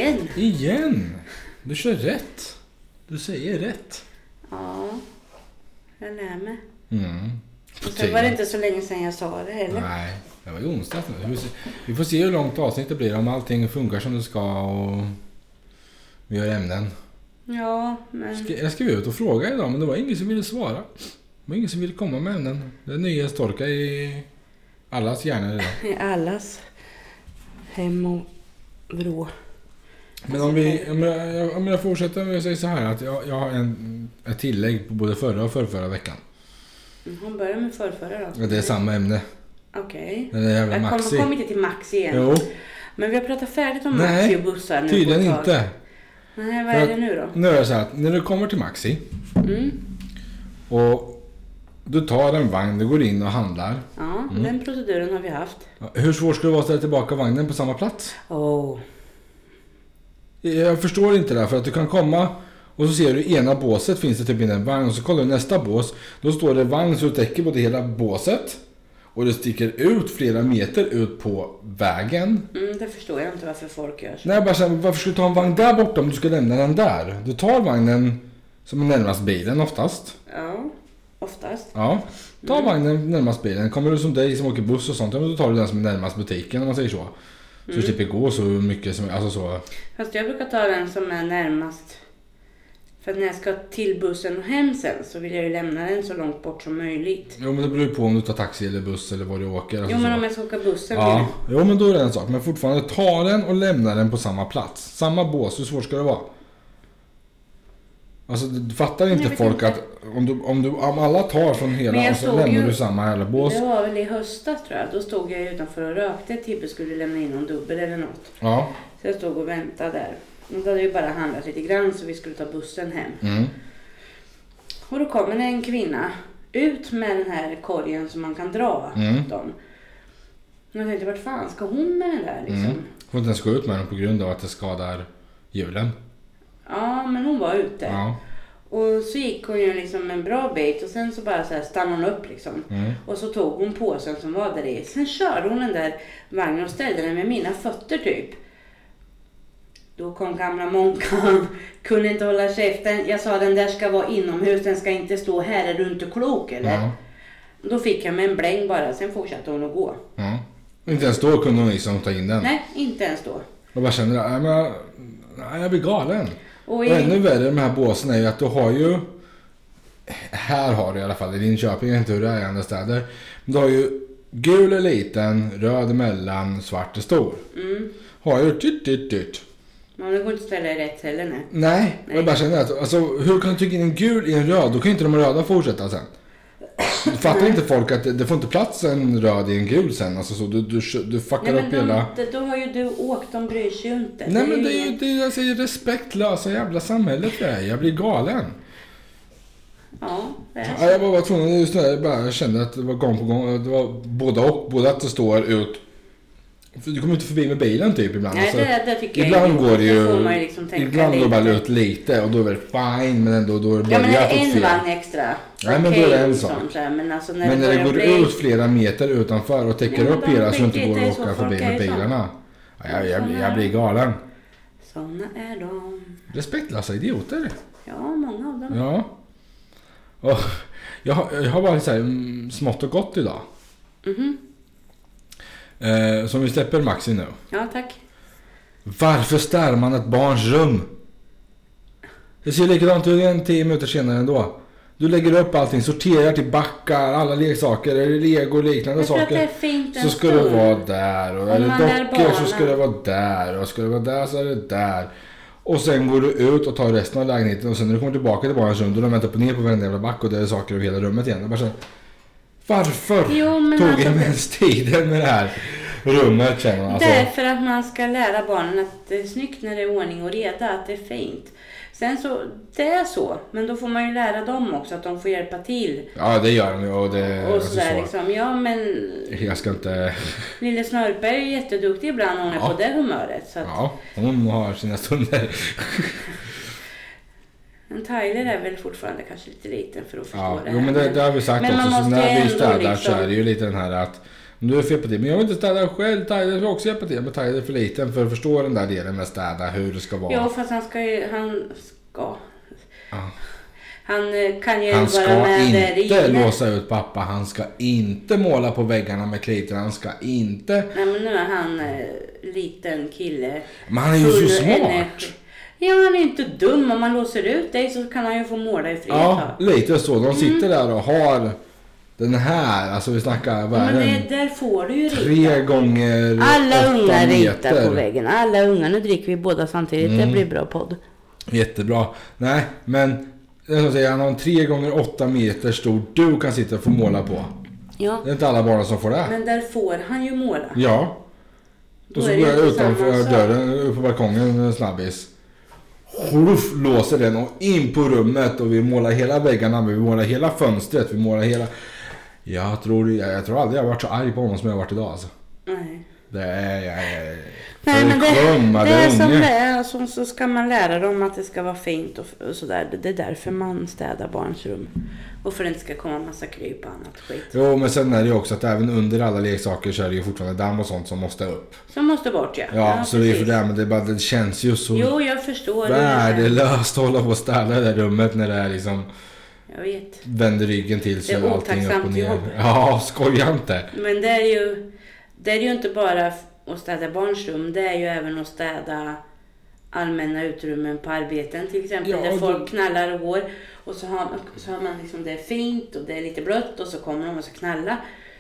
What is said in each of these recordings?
Igen. Du kör rätt. Du säger rätt. Ja, jag lär mig. Mm. Och sen var det inte så länge sedan jag sa det heller. Nej, det var ju onsdag nu. Vi får se hur långt avsnitt det blir, om allting funkar som det ska och vi gör ämnen. Ja, men... Jag skrev ut och fråga idag, men det var ingen som ville svara. Det var ingen som ville komma med ämnen. Det är nyhetstorka i allas hjärnor idag. I allas hem och vrå. Men om jag fortsätter med att säga så här, att jag har ett tillägg på både förra och förra veckan. Hon börjar med förra då. Det är samma ämne. Okej. Den jävla Jag Maxi. kommer inte till Maxi igen. Jo. Men vi har pratat färdigt om Maxi och bussar nu. Tydligen på ett tag. inte. Nej, vad är det nu då? Nu är det så att när du kommer till Maxi och du tar en vagn, du går in och handlar. Ja, den proceduren har vi haft. Hur svårt ska det vara att ställa tillbaka vagnen på samma plats? Jag förstår inte det här, för att du kan komma och så ser du i ena båset finns det typ en vagn och så kollar du nästa bås. Då står det vagn så du täcker på det hela båset. Och det sticker ut flera meter ut på vägen. Det förstår jag inte varför folk gör så. Nej, bara så här, varför ska du ta en vagn där borta om du ska lämna den där? Du tar vagnen som är närmast bilen oftast. Ja, oftast. Ja, ta vagnen närmast bilen. Kommer du som dig som åker buss och sånt, då tar du den som är närmast butiken om man säger så. Så du slipper gå så mycket som, alltså så. Fast jag brukar ta den som är närmast. För när jag ska till bussen och hem sen så vill jag ju lämna den så långt bort som möjligt. Jo, men det beror ju på om du tar taxi eller buss eller var du åker. Alltså jo, men så. om jag ska åka bussen. Ja, jo, men då är det en sak. Men fortfarande ta den och lämna den på samma plats. Samma bås, hur svårt ska det vara? Alltså, du fattar inte folk inte. Att om alla tar från hela och så lämnar du samma jävla bås. Det var väl i höstas tror jag. Då stod jag utanför och rökte. Tibbe skulle lämna in någon dubbel eller något. Ja. Så jag stod och väntade där. Och då hade ju bara handlat lite grann så vi skulle ta bussen hem. Och då kommer en kvinna ut med den här korgen som man kan dra dem. Och jag tänkte, vart fan ska hon med den där liksom? Får inte ens gå ut med den på grund av att det skadar hjulen. Ja, men hon var ute. Ja. Och så gick hon ju liksom en bra bit och sen så bara så här stannade hon upp liksom. Och så tog hon påsen som var där i. Sen körde hon den där vagnen och ställde den med mina fötter typ. Då kom gamla Månkan, kunde inte hålla käften. Jag sa, den där ska vara inomhus, den ska inte stå här, är du inte klok eller? Ja. Då fick jag med en bläng bara, sen fortsatte hon att gå. Ja. Inte ens då kunde hon liksom ta in den? Nej, inte ens då. Jag bara kände, jag blir galen. Och ännu värre de här båsen är ju att du har ju, här har du i alla fall i Linköping, inte hur det är i andra städer. Men du har ju gul är liten, röd mellan, svart är stor. Har ju dyrt. Men det går inte att ställa i rätt heller, nej. Jag bara känner att, alltså, hur kan du trycka in en gul i en röd? Då kan inte de röda fortsätta sen. Du fattar inte folk att det får inte plats en röd i en gul sen. Alltså så, du fuckar upp hela... Då har ju du åkt, de bryr sig ju inte. Nej, men det är ju det jag säger, respektlösa jävla samhället det är. Jag blir galen. Ja, det är så. Ja, jag var tvungen, just det, jag bara kände att det var gång på gång. Det var både att det står ut. Du kommer inte förbi med bilen typ ibland. Nej, alltså, det tycker ibland jag. Går det ju liksom ibland går det bara ut lite och då är det fine, men ändå då är det ja, men det är en vagn extra. Nej, men då är det en sak. Men, alltså, när det går ut flera meter utanför och täcker upp hela så inte går att åka förbi med bilarna. Ja, jag blir galen. Såna är de. Respektlösa idioter. Ja, många av dem. Ja. Och jag har varit så här smått och gott idag. Som vi släpper Maxi nu. Ja, tack. Varför stär man ett barns rum? Det ser likadant ut igen 10 minuter senare ändå. Du lägger upp allting, sorterar till backar, alla leksaker, eller lego och liknande saker. Att det är fint så ska det vara där. Och är det dockor så ska det vara där. Och ska det vara där så är det där. Och sen går du ut och tar resten av lägenheten. Och sen när du kommer tillbaka till barns rum, då de väntar på ner på varenda jävla back. Och det är saker över hela rummet igen. Jag bara så, varför tog jag ens tiden med det här rummet? Alltså. Därför att man ska lära barnen att det är snyggt när det är ordning och reda. Att det är fint. Sen så, det är så. Men då får man ju lära dem också att de får hjälpa till. Ja, det gör de ju. Och alltså sådär så. Liksom. Ja, men... Jag ska inte... Lille Snörpe är ju jätteduktig ibland hon är på det humöret. Så att... Ja, hon har sina stunder. Men Tyler är väl fortfarande kanske lite liten för att förstå det här. Jo, men det har vi sagt men också. Så när vi städar liksom... så är det ju lite den här att Du är fel på det. Men jag vill inte städa själv. Tyler vill också hjälpa till. Men Tyler är för liten för att förstå den där delen med städa. Hur det ska vara. Ja, fast han ska. Han kan ju han vara med där. Han ska inte låsa ut pappa. Han ska inte måla på väggarna med Clayton. Han ska inte... Nej, men nu är han liten kille. Men han är ju så smart. Ja, han är inte dum. Om man låser ut dig så kan han ju få måla i fred. Ja, lite så. De sitter där och har den här. Alltså vi snackar världen. Men där får du ju rita. 3 gånger alla 8 unga meter. ritar på väggen. Alla unga. Nu dricker vi båda samtidigt. Det blir bra podd. Jättebra. Nej, men jag ska säga, han har en 3 gånger 8 meter stor du kan sitta och få måla på. Ja. Det är inte alla barn som får det. Men där får han ju måla. Ja. Och så går jag utanför dörren, upp på balkongen snabbis. Låser den och in på rummet och vi målar hela väggarna, vi målar hela fönstret, vi målar hela... Jag tror aldrig jag har varit så arg på honom som jag har varit idag alltså. Nej. Det är... Nej, men det är som det är. Alltså, så ska man lära dem att det ska vara fint och sådär. Det är därför man städar barns rum. Och för att det inte ska komma massa kryp och annat skit. Jo, men sen är det ju också att även under alla leksaker så är det ju fortfarande damm och sånt som måste upp. Som måste bort, ja. Ja, så det är för det, men det, är bara, det känns ju så... Jo, jag förstår. Värdelöst att hålla på och städa i det rummet när det är liksom... Jag vet. Vänder ryggen till så är allting upp och ner. Jobb. Ja, skoja inte. Men det är ju inte bara att städa barns rum. Det är ju även att städa allmänna utrymmen på arbeten. Till exempel där folk knallar och går. Och så har man liksom det är fint och det är lite blött och så kommer de och så knalla.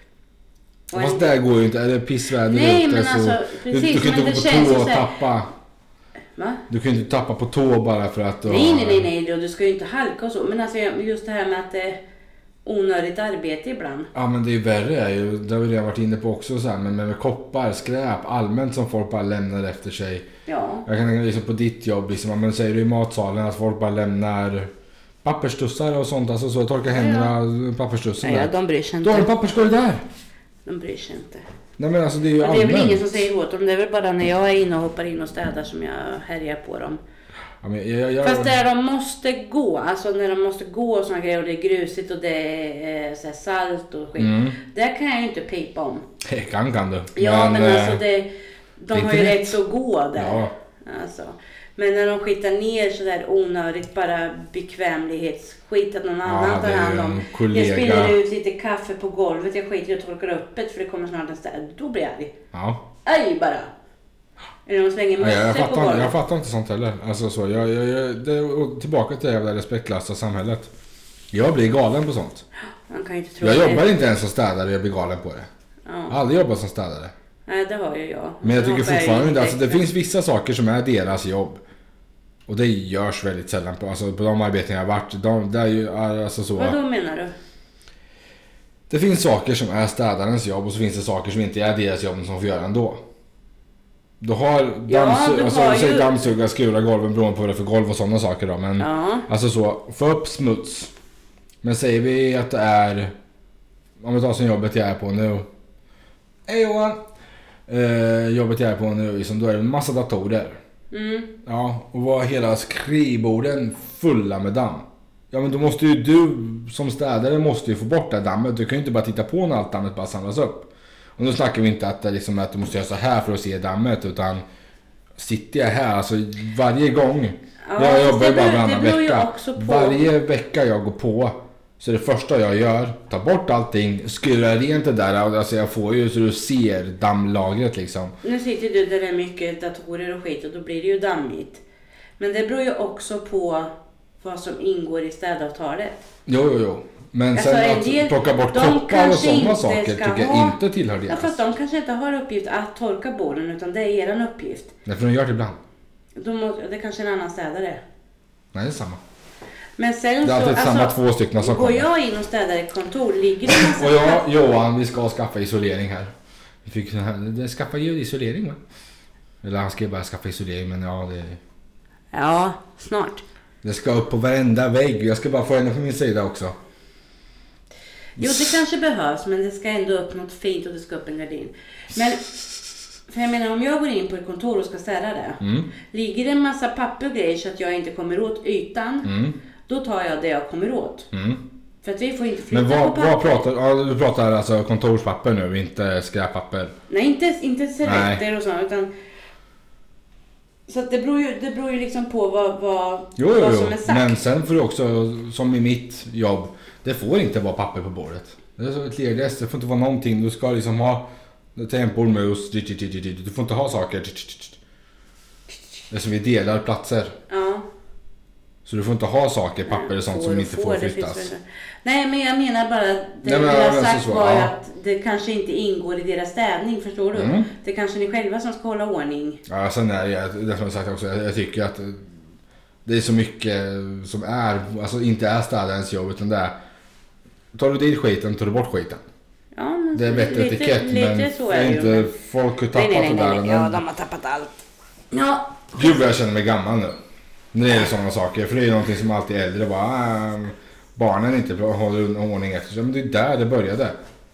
Och fast där går ju inte, är det pissväder ute. Nej, men alltså, precis. Du kan inte gå på tå och tappa. Va? Du kan ju inte tappa på tå bara för att... Nej, du ska ju inte halka och så. Men alltså just det här med att det är onödigt arbete ibland. Ja, men det är ju värre ju. Det har vi redan varit inne på också så här, men med koppar, skräp, allmänt som folk bara lämnar efter sig. Ja. Jag kan liksom på ditt jobb, liksom, men säger du i matsalen att folk bara lämnar papperstussar och sånt, alltså så torkar händerna, papperstussen där. Ja, de bryr sig inte. Då har du papperskorg där. De bryr sig inte. Nej, men alltså det är ju allmänt. Det är väl ingen som säger åt dem. Det är väl bara när jag är inne och hoppar in och städar som jag härjar på dem. Ja, men fast där de måste gå, alltså när de måste gå och såna grejer och det är grusigt och det är så här salt och skit. Där kan jag ju inte pipa om. Det kan du. Ja, men alltså de har ju rätt att gå där. Ja. Alltså. Men när de skitar ner så där onödigt bara bekvämlighetsskit att någon annan tar hand om. Jag spiller ut lite kaffe på golvet, jag skiter i att torka upp det för det kommer snart en städ. Då blir jag arg. Ja. Aj bara. Eller de slänger mössor på golvet. Jag fattar inte sånt heller. Alltså så, tillbaka till det där respektlösa samhället. Jag blir galen på sånt. Man kan ju inte tro jag jobbar inte ens som städare, jag blir galen på det. Ja. Jag har aldrig jobbat som städare. Nej, det har ju jag. Men jag tycker fortfarande alltså, det finns vissa saker som är deras jobb. Och det görs väldigt sällan på, alltså, på de arbeten jag har varit. Det är ju, alltså, så. Vad då menar du? Det finns saker som är städarens jobb och så finns det saker som inte är deras jobb som får göra ändå. Du har dammsuga, skura golven beroende på vad det är för golv och sådana saker då. Men alltså så, få upp smuts. Men säger vi att det är, om vi tar som jobbet jag är på nu. Hej Johan! Jobbet jag är på nu, liksom, då är det en massa datorer. Ja, och var hela skrivborden fulla med damm. Ja, men då måste ju du som städare måste ju få bort det dammet. Du kan ju inte bara titta på när allt dammet bara samlas upp. Och nu snackar vi inte att, liksom, att du måste göra så här för att se dammet, utan sitter jag här, alltså varje gång. Jag jobbar bara varannan vecka. Varje vecka jag går på, så det första jag gör, ta bort allting, skura rent det där, alltså jag får ju så du ser dammlagret liksom. Nu sitter du där det är mycket datorer och skit och då blir det ju dammigt. Men det beror ju också på vad som ingår i städavtalet. Jo. Men alltså, sen att plocka bort koppar och sådana saker tycker jag inte tillhör deras. Ja, fast de kanske inte har uppgift att torka borden, utan det är eran uppgift. Därför de gör det ibland. Det kanske är en annan städare. Nej, det är samma. Men sen det är alltid samma två stycken som går jag in och städar ett kontor, ligger det massa... Och Johan, vi ska skaffa isolering här. Vi fick det skaffa ju isolering, va? Eller han ska bara skaffa isolering, men ja, snart. Det ska upp på varenda vägg. Jag ska bara få henne på min sida också. Jo, det kanske behövs, men det ska ändå upp något fint och det ska upp en gardin. Men, för jag menar, om jag går in på ett kontor och ska städa det, ligger det en massa papper och grejer så att jag inte kommer åt ytan, då tar jag det jag kommer åt. För att vi får inte flytta men på papper. du pratar alltså kontorspapper nu, inte skräppapper? Nej, inte servetter och sånt, utan... Så att det beror ju liksom på vad som är sagt. Men sen får du också, som i mitt jobb, det får inte vara papper på bordet. Det är så ett lergäst, det får inte vara någonting. Du ska liksom ha tempormus, du får inte ha saker. Det är som vi delar platser. Ja. Så du får inte ha saker, papper och sånt som inte får flyttas. Nej, men jag menar bara, det jag har sagt var att det kanske inte ingår i deras städning, förstår du? Mm. Det kanske ni själva som ska hålla ordning. Ja, sen är det som jag sagt också, jag tycker att det är så mycket som är, alltså inte är städarens jobb, utan det är, tar du dit skiten, tar du bort skiten. Ja, men det är bättre etikett, men så är inte ju, folk har tappat det där. Ja, de har tappat allt. Ja. Gud vad jag känner mig gammal nu. Det är sådana saker, för det är någonting som alltid äldre bara, barnen inte håller ordning efter sig. Men det är där det började.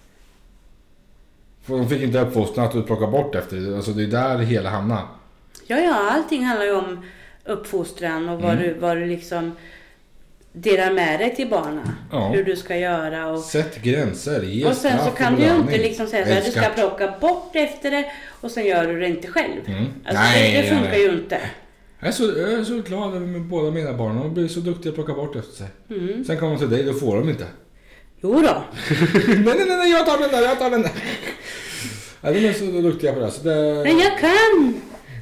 För de fick inte uppfostran att plocka bort efter. Alltså det är där det hela hamnar. Ja, allting handlar ju om uppfostran och vad du liksom delar med dig till barnen. Ja. Hur du ska göra. Och sätt gränser, ge och sen så kan du ju inte liksom säga att du ska plocka bort efter det och sen gör du det inte själv. Alltså det funkar ju inte. Jag är så glad över med båda mina barn. De blir så duktiga att plocka bort efter sig. Sen kommer de till dig, då får de inte. Jo då. nej, jag tar den där. Ja, de är så duktiga på det. Så det... Men jag kan,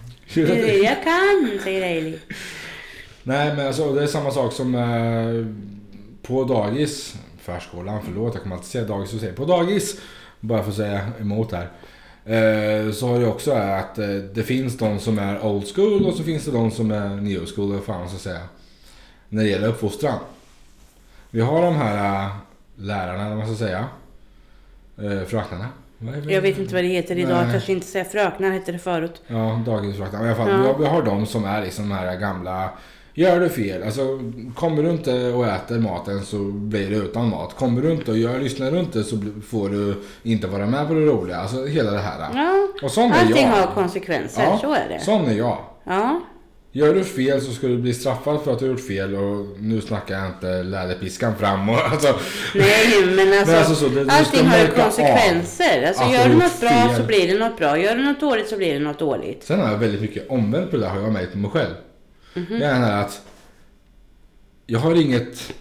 säger Eili. Nej, men alltså, det är samma sak som på dagis. Förskolan, förlåt, jag kommer alltid säga dagis och säga på dagis. Bara för att säga emot här. Så har det också att det finns de som är old school och så finns det de som är new school, och fan så att säga, när det gäller uppfostran. Vi har de här lärarna, eller vad man ska säga, fröknarna. Jag vet inte vad det heter idag, kanske inte säga fröknar heter det förut. Ja, dagisfröknar. I alla fall, vi har de som är liksom de här gamla. Gör du fel, alltså kommer du inte och äter maten så blir det utan mat. Kommer du inte och lyssnar du inte så får du inte vara med på det roliga. Alltså hela det här. Ja, och sån allting är jag. Har konsekvenser, ja, så är det. Sån är jag. Ja. Gör du fel så ska du bli straffad för att du har gjort fel, och nu snackar jag inte läderpiskan fram och alltså. Nej, men alltså så, allting har ju konsekvenser. Alltså gör du något bra så blir det något bra. Gör du något dåligt så blir det något dåligt. Sen har jag väldigt mycket omvänt på det där, har jag märkt på mig själv. Det är här att jag har inget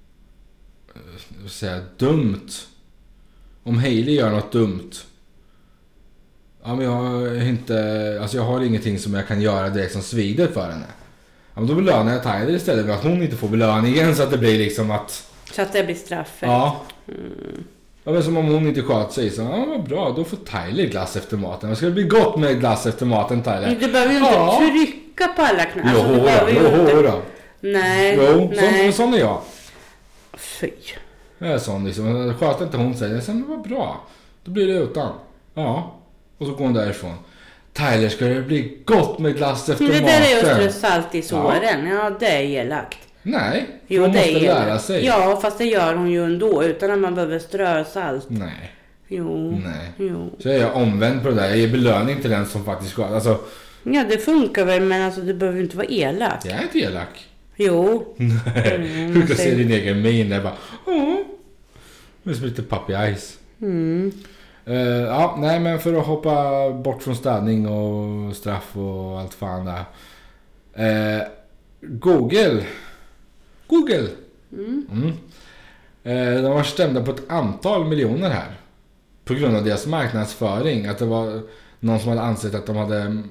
dumt. Om Hailey gör något dumt, ja, men jag har ingenting som jag kan göra direkt som svider för henne. Ja, men då belönar jag Tyler istället för att hon inte får belöningen, så att det blir liksom att... Så att det blir straffet. Ja. Ja, men som om hon inte sköt sig, så ja, vad bra, då får Tyler glass efter maten. Det ska bli gott med glass efter maten, Tyler. Men du behöver ju inte trycka på alla knappar. Jo då. Nej. Jo, sån är jag. Fy. Jag är sån liksom. Sköter inte hon sig, sen var bra. Då blir det utan. Ja. Och så går hon därifrån. Tyler, ska det bli gott med glass efter maten? Det där är just salt i såren. Ja, det är elakt. Nej, hon måste lära sig. Ja, fast det gör hon ju ändå utan att man behöver strö salt. Nej. Jo. Så jag är omvänd på det där. Jag ger belöning till den som faktiskt ska. Alltså... Ja, det funkar väl, men alltså du behöver inte vara elak. Jag är inte elak. Jo. Nej, du kan se din egen min där bara. Det är som lite puppy ice. Ja, nej, men för att hoppa bort från städning och straff och allt fan där. Google. De var stämda på ett antal miljoner här. På grund av deras marknadsföring. Att det var någon som hade ansett att de hade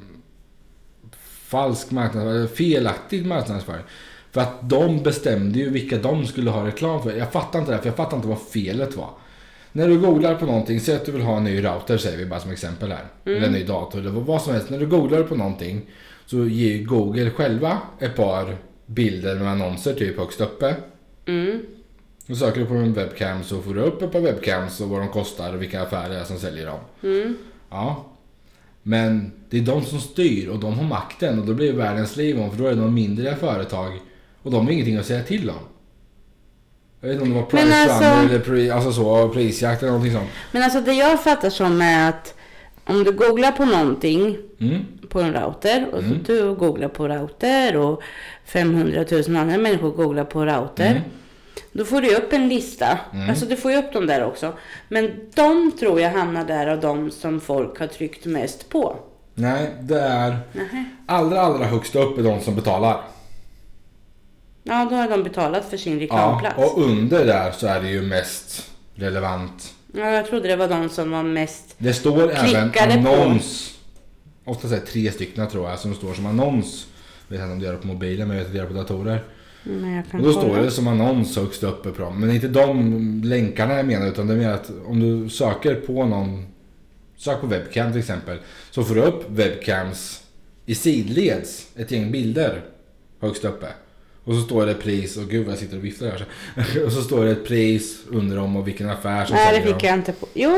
felaktig marknadsföring. För att de bestämde ju vilka de skulle ha reklam för. Jag fattar inte det, för jag fattar inte vad felet var. När du googlar på någonting, säg att du vill ha en ny router, säger vi bara som exempel här. Eller en ny dator, eller vad som helst. När du googlar på någonting så ger Google själva ett par bilder med annonser typ högst uppe. Och söker du på en webcam så får du upp ett par webcams och vad de kostar och vilka affärer det är som säljer dem. Ja. Men det är de som styr och de har makten, och då blir världens liv om, för då är det någon mindre företag och de har ingenting att säga till om. Jag vet inte om det var price eller prisjakt eller någonting sånt. Men alltså det jag fattar som är att om du googlar på någonting på en router och så du googlar på router och 500 000 andra människor googlar på router, Då får du upp en lista. Alltså du får ju upp dem där också. Men de tror jag hamnar där av de som folk har tryckt mest på. Nej, det är allra högst upp är de som betalar. Ja, då har de betalat för sin reklamplats. Ja, och under där så är det ju mest relevant. Ja, jag trodde det var de som var mest det står även annons. På. Ofta säger 3 stycken tror jag som står som annons. Jag vet inte om det gör det på mobilen, men jag vet att det gör det på datorer. Men jag kan och då kolla. står det som annons högst uppe på dem. Men inte de länkarna jag menar, utan det är mer att om du söker på någon, sök på webcam till exempel, så får du upp webcams i sidleds, ett gäng bilder högst uppe. Och så står det pris, och gud vad jag sitter och viftar här. Och så står det ett pris under dem och vilken affär som nej, det fick jag inte på. Jo,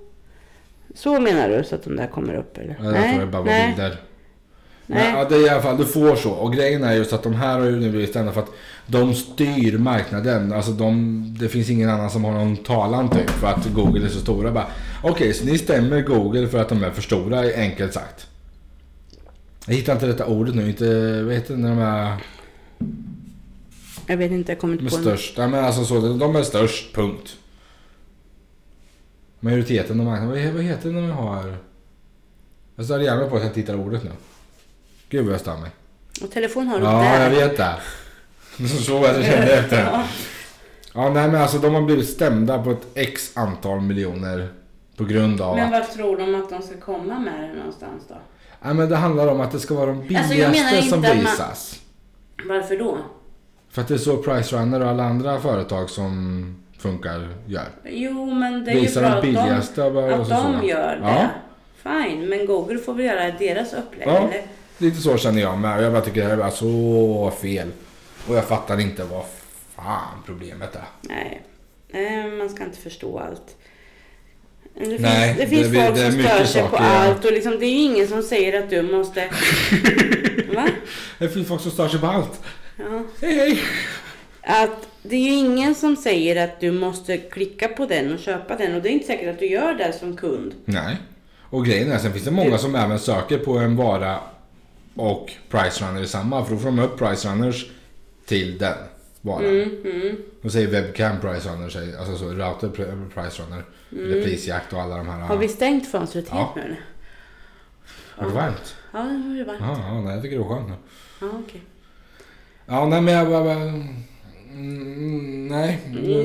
så menar du så att de där kommer upp eller? Ja, där får det bara vara bilder. Nej. Ja, det är i alla fall, du får så. Och grejen är ju så att de här har ju nu blivit stämda för att de styr marknaden. Alltså det finns ingen annan som har någon talan typ för att Google är så stora. Okej, så ni stämmer Google för att de är för stora, enkelt sagt. Jag hittar inte detta ordet nu, inte, vet inte när de är... Jag vet inte, jag kommer inte på störst. Ja, men alltså så, de är störst, punkt. Majoriteten av marknaden, vad heter det när vi har... Jag står gärna på att jag tittar ordet nu. Gud vad jag stör mig. Och telefon har du ja, där. Ja, jag vet det. Så var det jag kände efter. Ja, nej men alltså de har blivit stämda på ett x antal miljoner på grund av... Men vad tror de att de ska komma med det någonstans då? Ja, men det handlar om att det ska vara de billigaste som visas. Varför då? För att det är så Pricerunner och alla andra företag som funkar gör. Jo, men det är visar ju bra de billigaste att de gör det. Ja. Fine, men Google får väl göra deras upplägg, ja, eller? Lite så känner jag med. Jag bara tycker det här är så fel. Och jag fattar inte vad fan problemet är. Nej, man ska inte förstå allt. Det finns folk som stör sig på allt. Och liksom, det är ju ingen som säger att du måste... Va? Det finns folk som stör sig på allt. Ja. Hej. Att det är ju ingen som säger att du måste klicka på den och köpa den. Och det är inte säkert att du gör det som kund. Nej. Och grejen är, sen finns det många som även söker på en vara och Pricerunner är samma. För då får de upp Pricerunners till den varan. Och säger webcam Pricerunner, alltså så router Pricerunner. Eller prisjakt och alla de här. Har vi stängt fönstret helt nu? Har det varmt? Ja, det är varmt. Ja, nej, jag tycker det är skönt nu. Ja, okej. Ja, nej men jag bara... Nej.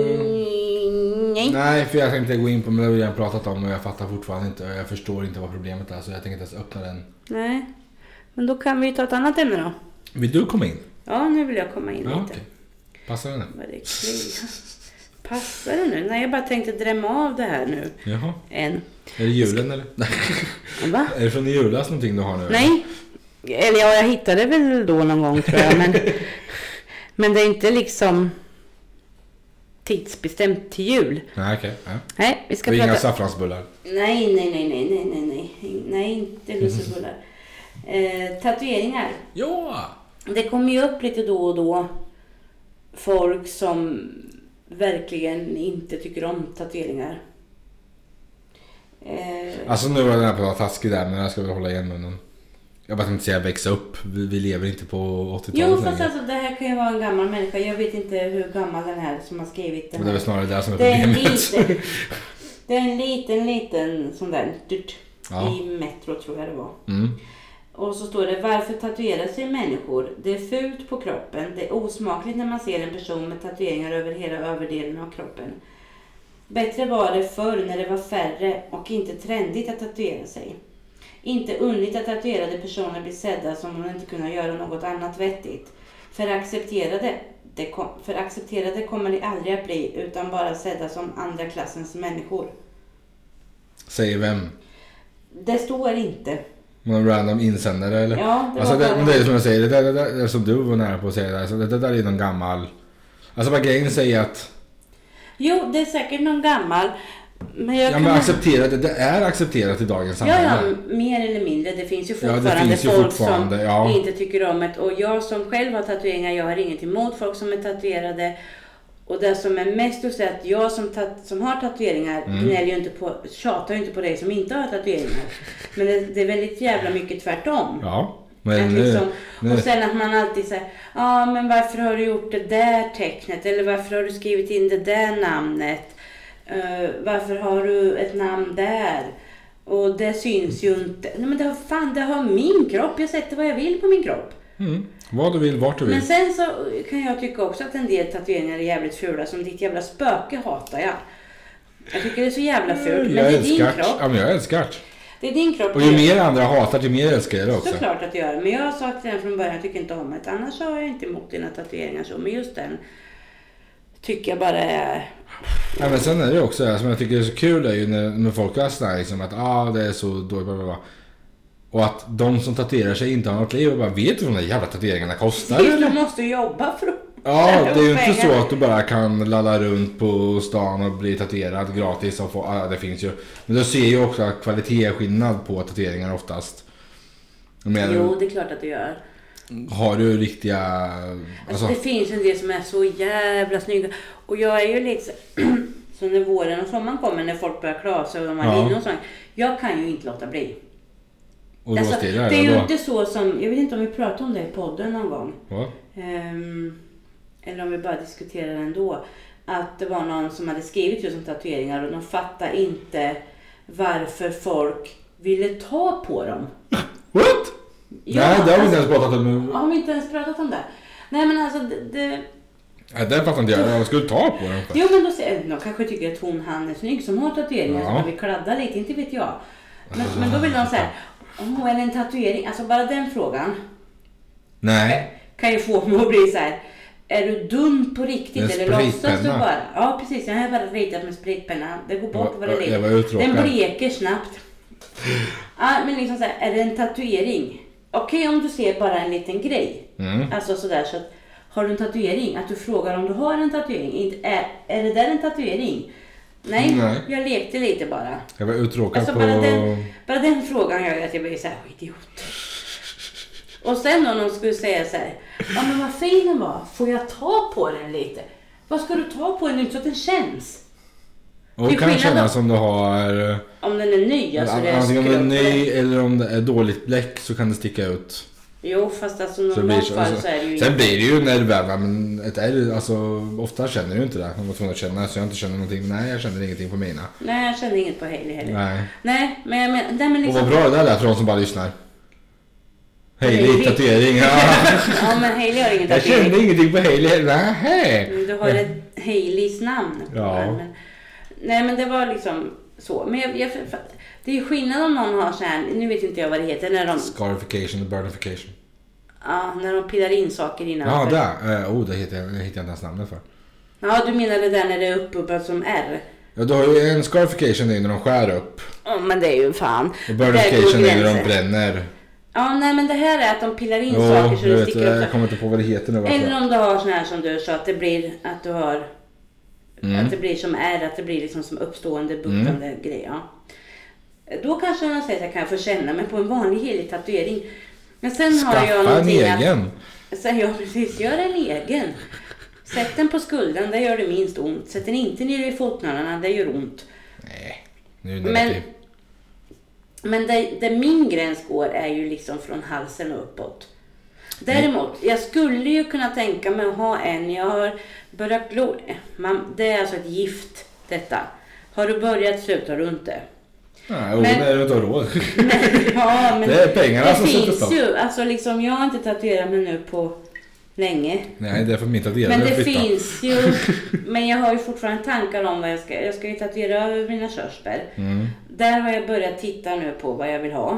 Nej, för jag tänkte gå in på, men det har jag pratat om och jag fattar fortfarande inte. Jag förstår inte vad problemet är, så jag tänker inte ens öppna den. Nej, men då kan vi ta ett annat ämne då. Vill du komma in? Ja, nu vill jag komma in lite. Okay. Passar det nu? Passar det nu? Nej, jag bara tänkte drämma av det här nu. Jaha. Är det julen eller? Va? Är det från julas någonting du har nu? Nej. Eller ja, jag hittade väl då någon gång tror jag. Men det är inte liksom tidsbestämt till jul. Nej, okej. Ja. Nej, vi ska prata... inga saffransbullar? Nej, inte lussebullar. Tatueringar. Ja! Det kommer ju upp lite då och då folk som verkligen inte tycker om tatueringar. Alltså nu var den här på att taskig där, men jag ska väl hålla igen munnen. Jag bara tänkte säga växa upp. Vi lever inte på 80-talet. Jo, fast alltså, det här kan ju vara en gammal människa. Jag vet inte hur gammal den här som har skrivit den här. Det är väl snarare det som är problemet. Det är en liten sån där i Metro tror jag det var. Och så står det: varför tatuerar sig människor? Det är fult på kroppen. Det är osmakligt när man ser en person med tatueringar över hela överdelen av kroppen. Bättre var det förr när det var färre och inte trendigt att tatuera sig. Inte underligt att tatuerade personer blir sedda som om de inte kunde göra något annat vettigt. För accepterade kommer de aldrig att bli, utan bara sedda som andra klassens människor. Säger vem? Det står inte. Någon random insändare eller? Ja, det är som jag säger, det är som du var nära på att säga. Alltså, det där är någon gammal... Alltså bara grejen säger att... Jo, det är säkert någon gammal. Men accepterat, det är accepterat i dagens samhälle. Ja, mer eller mindre. Det finns ju fortfarande folk som inte tycker om det. Och jag som själv har tatueringar, jag har inget emot folk som är tatuerade. Och det som är mest just är att jag som har tatueringar tjatar ju inte på dig som inte har tatueringar. Men det är väldigt jävla mycket tvärtom. Ja. Men liksom, och sen att man alltid säger, men varför har du gjort det där tecknet? Eller varför har du skrivit in det där namnet? Varför har du ett namn där? Och det syns ju inte. Nej, men det har min kropp. Jag sätter vad jag vill på min kropp. Vad du vill, vart du vill. Men sen så kan jag tycka också att en del tatueringar är jävligt fula. Som ditt jävla spöke hatar jag. Jag tycker det är så jävla fult. Men det är din kropp. Ja, men jag älskar det. Det är din kropp. Och ju mer andra hatar, ju mer älskar jag det också. Såklart att jag gör. Men jag har sagt den från början, jag tycker inte om det. Annars har jag inte emot dina tatueringar så. Men just den tycker jag bara är... Ja, men sen är det också som jag tycker är så kul är ju när folk har sådär liksom att det är så dåligt. Och att de som tatuerar sig inte har något liv och bara vet hur de där jävla tatueringarna kostar. Du måste jobba för att... Ja, det är ju inte så att du bara kan ladda runt på stan och bli tatuerad gratis och få, det finns ju. Men du ser ju också att kvalitet är skillnad på tatueringar oftast. Men, jo, det är klart att du gör. Har du riktiga... Alltså det finns en del som är så jävla snygga. Och jag är ju lite så när våren och sommaren kommer, när folk börjar klasa och de har linor och sånt. Jag kan ju inte låta bli. Och då alltså, det är ju inte så som, jag vet inte om vi pratade om det i podden någon gång. Eller om vi bara diskuterar det ändå. Att det var någon som hade skrivit just om tatueringar och de fattade inte varför folk ville ta på dem. What? Ja, nej, det har vi inte ens pratat om. Har vi inte ens pratat om det? Nej, men alltså det... Nej, det fattar inte jag. Jag skulle ta på dem. Jo, men då säger de kanske tycker att han är snygg som har tatueringar. Så man vill kladda lite, inte vet jag. Men då vill de säga, är det en tatuering? Alltså bara den frågan. Nej. Kan ju få mig att bli så här. Är du dum på riktigt eller låtsas du bara? Ja, precis. Jag har bara ritat med spritpenna. Det går bort vad det ligger. Den bleker snabbt. Ja, men liksom så här, är det en tatuering? Okej, om du ser bara en liten grej. Alltså sådär så att har du en tatuering? Att du frågar om du har en tatuering. Är det där en tatuering? Nej, jag lekte lite bara. Jag var uttråkad alltså, på... Bara den frågan gör att jag blir så här idiot. Och sen om någon skulle säga så här, men vad fin den var, får jag ta på den lite? Vad ska du ta på den så att den känns? Och kan kännas som du har... Om den är ny, alltså det är antingen om den är ny eller om det är dåligt bläck så kan det sticka ut. Jo, fast alltså någon fall så är det ju... Sen blir det ju nervöva, men alltså, ofta känner du inte det. Man får känna, så jag inte känner någonting. Nej, jag känner ingenting på mina. Nej, jag känner inget på Hailey heller. Nej, men jag menar... Men liksom... Och vad bra det där för de som bara lyssnar. Hailey, tatuering. Ja, men Hailey har ingen tatuering. Jag kände ingenting på Hailey. Nej. Du har ett Haileys namn. Ja. Nej, men det var liksom så. Men det är ju skillnad om någon har så här, nu vet inte jag vad det heter. När de... Scarification och burnification. Ja, när de pillar in saker innan. Ja, det hittar jag inte ens namnet för. Ja, du menar det där när det är uppuppat som R? Ja, du har ju en scarification är när de skär upp. Ja, men det är ju fan. Och burnification är när de bränner. Ja, nej, men det här är att de pillar in saker så det sticker upp. Jag kommer inte på vad det heter nu. Eller om du har sån här som du sa, att det blir att du har... Att det blir som R, att det blir liksom som uppstående, buktande grej. Ja. Då kanske man säger att jag kan få känna mig på en vanlig helig tatuering. Men sen har jag någonting en egen. Sen jag precis gör en egen. Sätt den på skulden, det gör det minst ont. Sätt den inte ner i fotnölarna, det gör ont. Nej, nu är det men där min gräns går är ju liksom från halsen och uppåt. Däremot, jag skulle ju kunna tänka mig att ha en. Jag har börjat det är alltså ett gift detta. Har du börjat slutar du inte. Nej, det är du inte råd. Ja, men det är pengarna det som finns ju. Alltså liksom, jag har inte tatuerat mig nu på länge. Nej, det är för min tatuerare. Men det finns ju. Men jag har ju fortfarande tankar om vad jag ska ju tatuera över mina körsbär. Där har jag börjat titta nu på vad jag vill ha.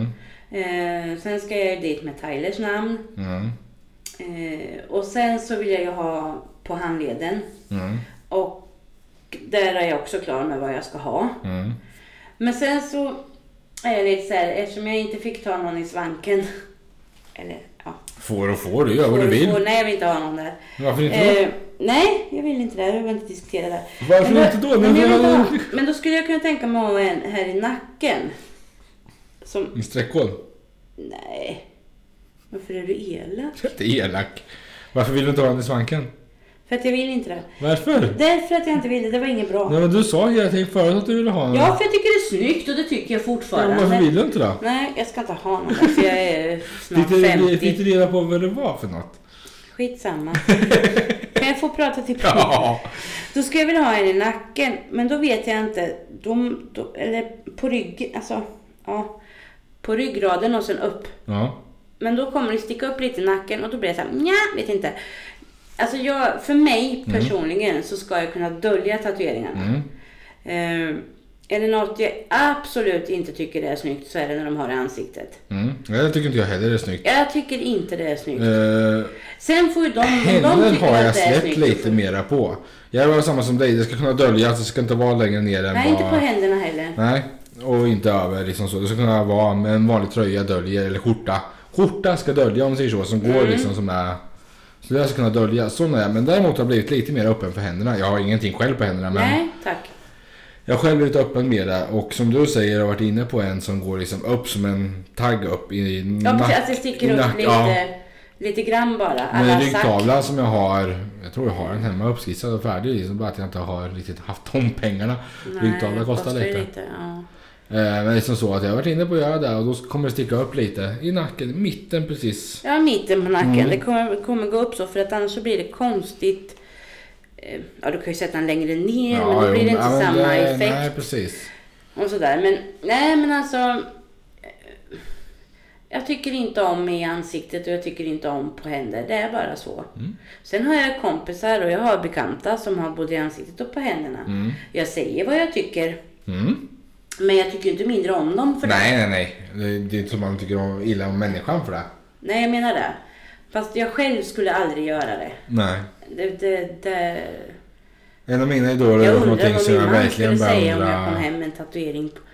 Sen ska jag dit med Tylers namn. Och sen så vill jag ju ha på handleden. Och där är jag också klar med vad jag ska ha. Men sen så är jag lite så här, eftersom jag inte fick ta någon i svanken. Eller ja. Får du gör vad du vill. Nej, jag vill inte ha någon där. Varför inte då? Nej, jag vill inte det. Jag vill inte diskutera det. Varför inte då? Men då skulle jag kunna tänka mig att ha en här i nacken. Som... En sträckhål? Nej. Varför är du elak? Jag är inte elak. Varför vill du inte ha den i svanken? För att jag vill inte det. Varför? Därför att jag inte ville, det var inget bra. Nej, men du sa hela tiden förut att du ville ha en. Ja, för jag tycker det är snyggt och det tycker jag fortfarande. Ja, varför vill du inte då? Nej, jag ska inte ha någon där, för jag är snart 50. Fick du reda på vad det var för något? Skitsamma. Kan jag få prata till punkt? Ja. Då ska jag väl ha en i nacken, men då vet jag inte. Eller på ryggen, alltså, ja. På ryggraden och sen upp. Ja. Men då kommer det sticka upp lite i nacken och då blir det så här, nja, vet inte. Alltså för mig personligen så ska jag kunna dölja tatueringarna. Är det något jag absolut inte tycker är snyggt så är det när de har det i ansiktet. Jag tycker inte jag heller det är snyggt. Jag tycker inte det är snyggt. Sen får ju de har jag släppt lite mera på. Jag var samma som dig, det ska kunna döljas, det ska inte vara längre ner än. Nej, inte på händerna heller. Nej, och inte över liksom så. Det ska kunna vara med en vanlig tröja döljer eller skjorta. Skjorta ska dölja om man säger så, som går liksom som är. Så det ska kunna dölja, sån är. Men däremot har jag blivit lite mer öppen för händerna. Jag har ingenting själv på händerna. Men nej, tack. jag har själv blivit öppen med det. Och som du säger, jag har varit inne på en som går liksom upp som en tagg upp i ja, precis, att det sticker upp lite grann bara. Med ryggtavlan som jag har, jag tror jag har den hemma uppskissad och färdig. Liksom bara att jag inte har riktigt haft de pengarna. Ryggtavlan kostar lite. Ja. Men det är som så att jag har varit inne på att göra det och då kommer det sticka upp lite i nacken, mitten precis. Ja, mitten på nacken. Det kommer gå upp så för att annars så blir det konstigt. Ja, du kan ju sätta den längre ner, men då blir det inte samma effekt. Nej, precis. Och sådär. Men nej, men alltså jag tycker inte om i ansiktet och jag tycker inte om på händer. Det är bara så. Sen har jag kompisar och jag har bekanta som har både i ansiktet och på händerna. Jag säger vad jag tycker. Men jag tycker inte mindre om dem för det. Nej. Det är inte som man tycker illa om människan för det. Nej, jag menar det. Fast jag själv skulle aldrig göra det. Nej. Det... En av mina idoler är någonting som jag verkligen beundrar. Jag undrar om jag kom hem med en tatuering på...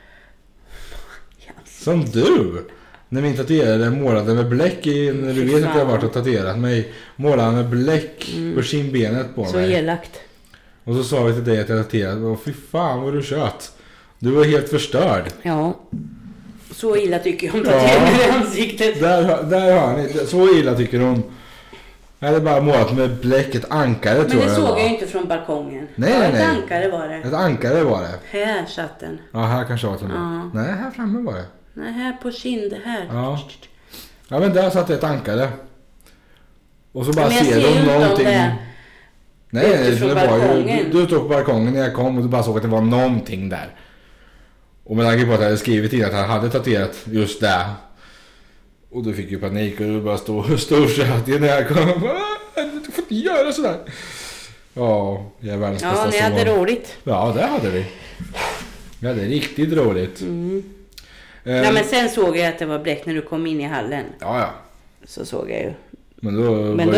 Som du? När min tatuerade målade med bläck i... När du vet att jag har varit och tatuerat mig. Målade med bläck på kindbenet på mig. Så elakt. Och så sa vi till dig att jag tatuerade. Och fy fan vad du kött. Du var helt förstörd. Ja. Så illa tycker jag om tatueringar i ansiktet. Där har ni. Så illa tycker hon. Jag hade bara målat med bläck, ett ankare tror jag. Men det såg jag ju inte från balkongen. Nej. Ett ankare var det. Ett ankare var det. Här satt den. Ja, här kanske var det. Nej, här framme var det. Nej, här på kind här. Ja, men där satt ett ankare. Och så bara ser de någonting. Nej, det var ju... Du stod på balkongen när jag kom och du bara såg att det var någonting där. Och med tanke på att jag hade skrivit in att han hade tatuerat just där. Och då fick ju panik och du bara stå och tjöt när jag kom. Du får inte göra sådär. Ja, jag är världens bästa son. Ja, ni hade roligt. Ja, det hade vi. Vi hade riktigt roligt. Ja, men sen såg jag att det var bläck när du kom in i hallen. Ja. Så såg jag ju. Men då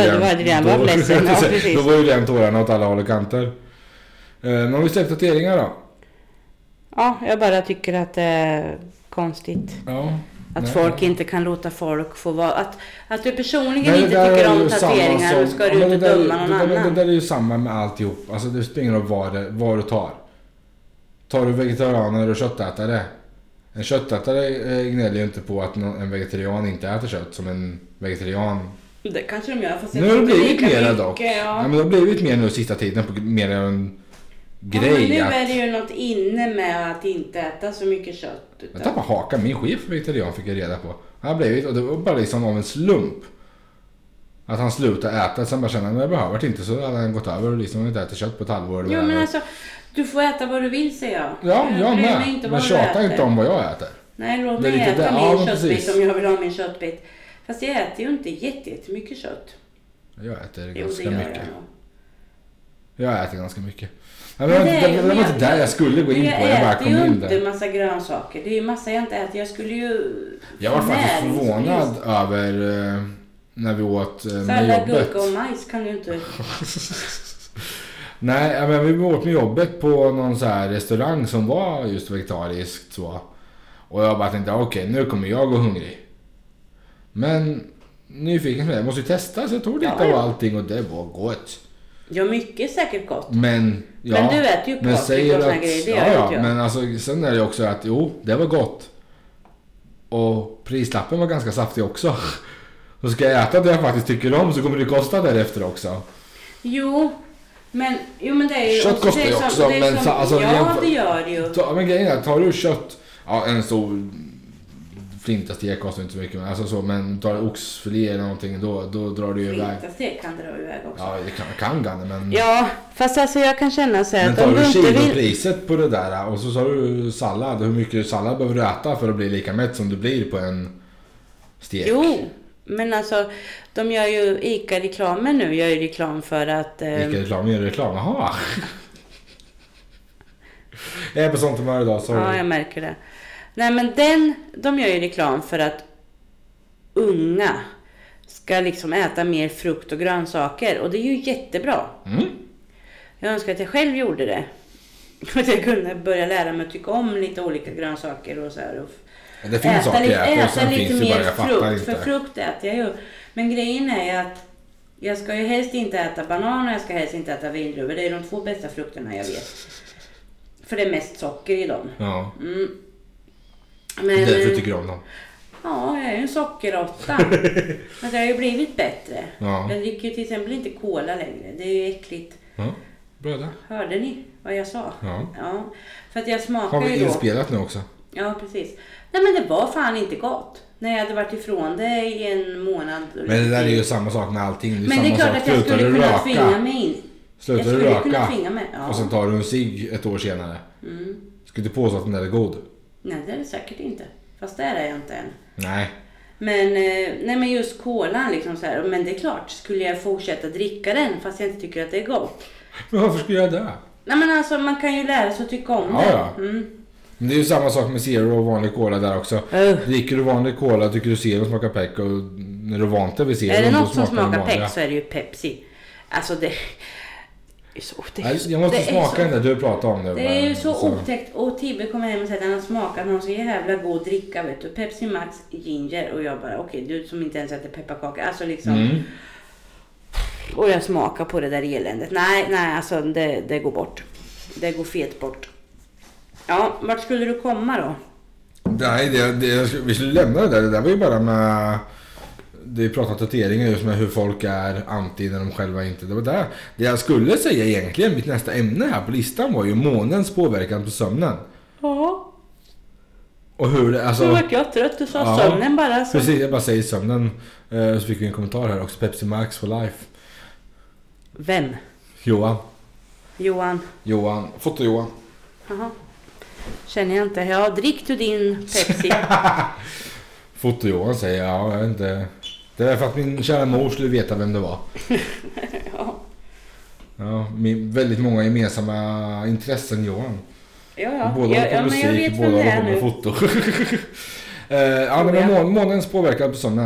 var ju den tårarna åt alla håll och kanter. Men om vi släppt tatueringar då? Ja, jag bara tycker att det är konstigt. Ja. Att folk inte kan låta folk få vara... Att du personligen inte tycker om tatueringar och ska du inte döma någon annan. Det är ju samma med alltihop. Alltså det spelar ingen roll vad du tar. Tar du vegetarianer och köttätare? En köttätare gnäller ju inte på att en vegetarian inte äter kött som en vegetarian. Det kanske de gör. Fast nu har det blivit mer dock. Ja, men det har blivit mer nu sista tiden på mer än en grej. Ja, men nu är det ju något inne med att inte äta så mycket kött. Jag tappade hakan. Min chef vegetarian fick jag reda på. Han blivit, och det var bara liksom av en slump. Att han slutade äta. Sen bara kände att jag behöver inte, så hade han gått över och liksom inte ätit kött på ett halvår. Jo, men alltså, du får äta vad du vill, säger jag. Ja, jag med. Men tjata inte om vad jag äter. Nej, låt mig äta min köttbit om jag vill ha min köttbit. Fast jag äter ju inte jättemycket kött. Jag äter ganska mycket. Jag äter ganska mycket. Det var inte där jag skulle gå in på. Jag bara kom in där. Jag äter ju inte massa grönsaker. Det är ju massa jag inte äter. Jag skulle ju... Jag var faktiskt förvånad över när vi åt med jobbet. Gurka och majs kan du inte... Nej, men vi åt med jobbet på någon så här restaurang som var just vegetariskt så. Och jag bara tänkte, okej, nu kommer jag gå hungrig. Men nyfiken med jag måste ju testa, så jag tog lite av allting och det var gott. Ja, mycket är säkert gott. Men du äter ju paprika och såna grejer. Ja, men alltså, sen är det också att det var gott. Och prislappen var ganska saftig också. Så ska jag äta det jag faktiskt tycker om så kommer det kosta därefter också. Jo, men det är ju... Kött kostar ju också, men alltså... Ja, det gör det ju. Men grejen är, tar du kött... Ja, en stor flintastek kostar inte så mycket, alltså så, men tar du oxfilé eller någonting, då drar du ju iväg. Flintastek kan dra iväg också. Ja, det kan men... Ja, fast alltså jag kan känna så här att om du inte vill... Men tar du kilopriset på det där och så du sallad, hur mycket sallad behöver du äta för att bli lika mätt som du blir på en stek? Jo, men alltså de gör ju ICA-reklamen nu, gör ju reklam för att... ICA-reklamen gör reklam, jaha. Jag är på sånt humör idag, sorry. Ja, jag märker det. Nej, men de gör ju reklam för att unga ska liksom äta mer frukt och grönsaker. Och det är ju jättebra. Jag önskar att jag själv gjorde det. Att jag kunde börja lära mig att tycka om lite olika grönsaker och så här. Och det finns saker att äta och sen lite finns det bara, jag fattar inte. För frukt äter jag ju. Men grejen är ju att jag ska ju helst inte äta banan och jag ska helst inte äta vindruvor. Det är de 2 bästa frukterna jag vet. För det är mest socker i dem. Ja. Men, därför tycker du om dem. Ja, jag är ju en sockerrotta. Men det har ju blivit bättre. Ja. Jag dricker ju till exempel inte cola längre. Det är ju äckligt. Ja, bra där. Hörde ni vad jag sa? Ja. För att jag smakar ju då... Har vi inspelat nu också? Ja, precis. Nej, men det var fan inte gott. När jag hade varit ifrån det i en månad. Men det där är ju samma sak med allting. Det är men samma det är klart sak. att jag skulle kunna tvinga mig in. Slutar du röka Ja. och sen tar du en cigg ett år senare. Skulle du påstå att den där är god? Nej, det är det säkert inte. Fast det är jag inte än. Nej. Men just kolan liksom så här. Men det är klart, skulle jag fortsätta dricka den fast jag inte tycker att det är gott. Men varför skulle jag det? Nej, men alltså man kan ju lära sig att tycka om det. Ja. Men det är ju samma sak med Zero och vanlig cola där också. Dricker du vanlig cola tycker du Zero smakar peck och när du är vant vid Zero är det något som smakar peck så är det ju Pepsi. Alltså det... jag måste smaka den där du pratade om det. Det är ju så otäckt. Och Tibbe kommer hem och säger att han har smakat någon så jävla god dricka, vet du. Pepsi Max ginger. Och jag bara, okej, du som inte ens äter pepparkaka. Alltså liksom. Och jag smakar på det där eländet. Nej, alltså det går bort. Det går fet bort. Ja, vart skulle du komma då? Nej, vi skulle lämna det där. Det där var ju bara med... Det är pratat tatueringar just med hur folk är anti när de själva inte... Det var där. Det jag skulle säga egentligen, mitt nästa ämne här på listan var ju månens påverkan på sömnen. Ja. Och hur det... Alltså, så verkar jag trött. Du sa sömnen bara. Så. Precis, jag bara säger sömnen. Så fick vi en kommentar här också. Pepsi Max for life. Vem? Johan. Foto-Johan. Jaha. Känner jag inte. Ja, drick du din Pepsi. Foto-Johan säger jag vet inte. Det är för att min kära mor skulle veta vem det var. Ja, väldigt många gemensamma intressen Johan. Ja. Båda på musik, men jag vet båda vem på foto. Ja, det var månens påverkan på sömnen.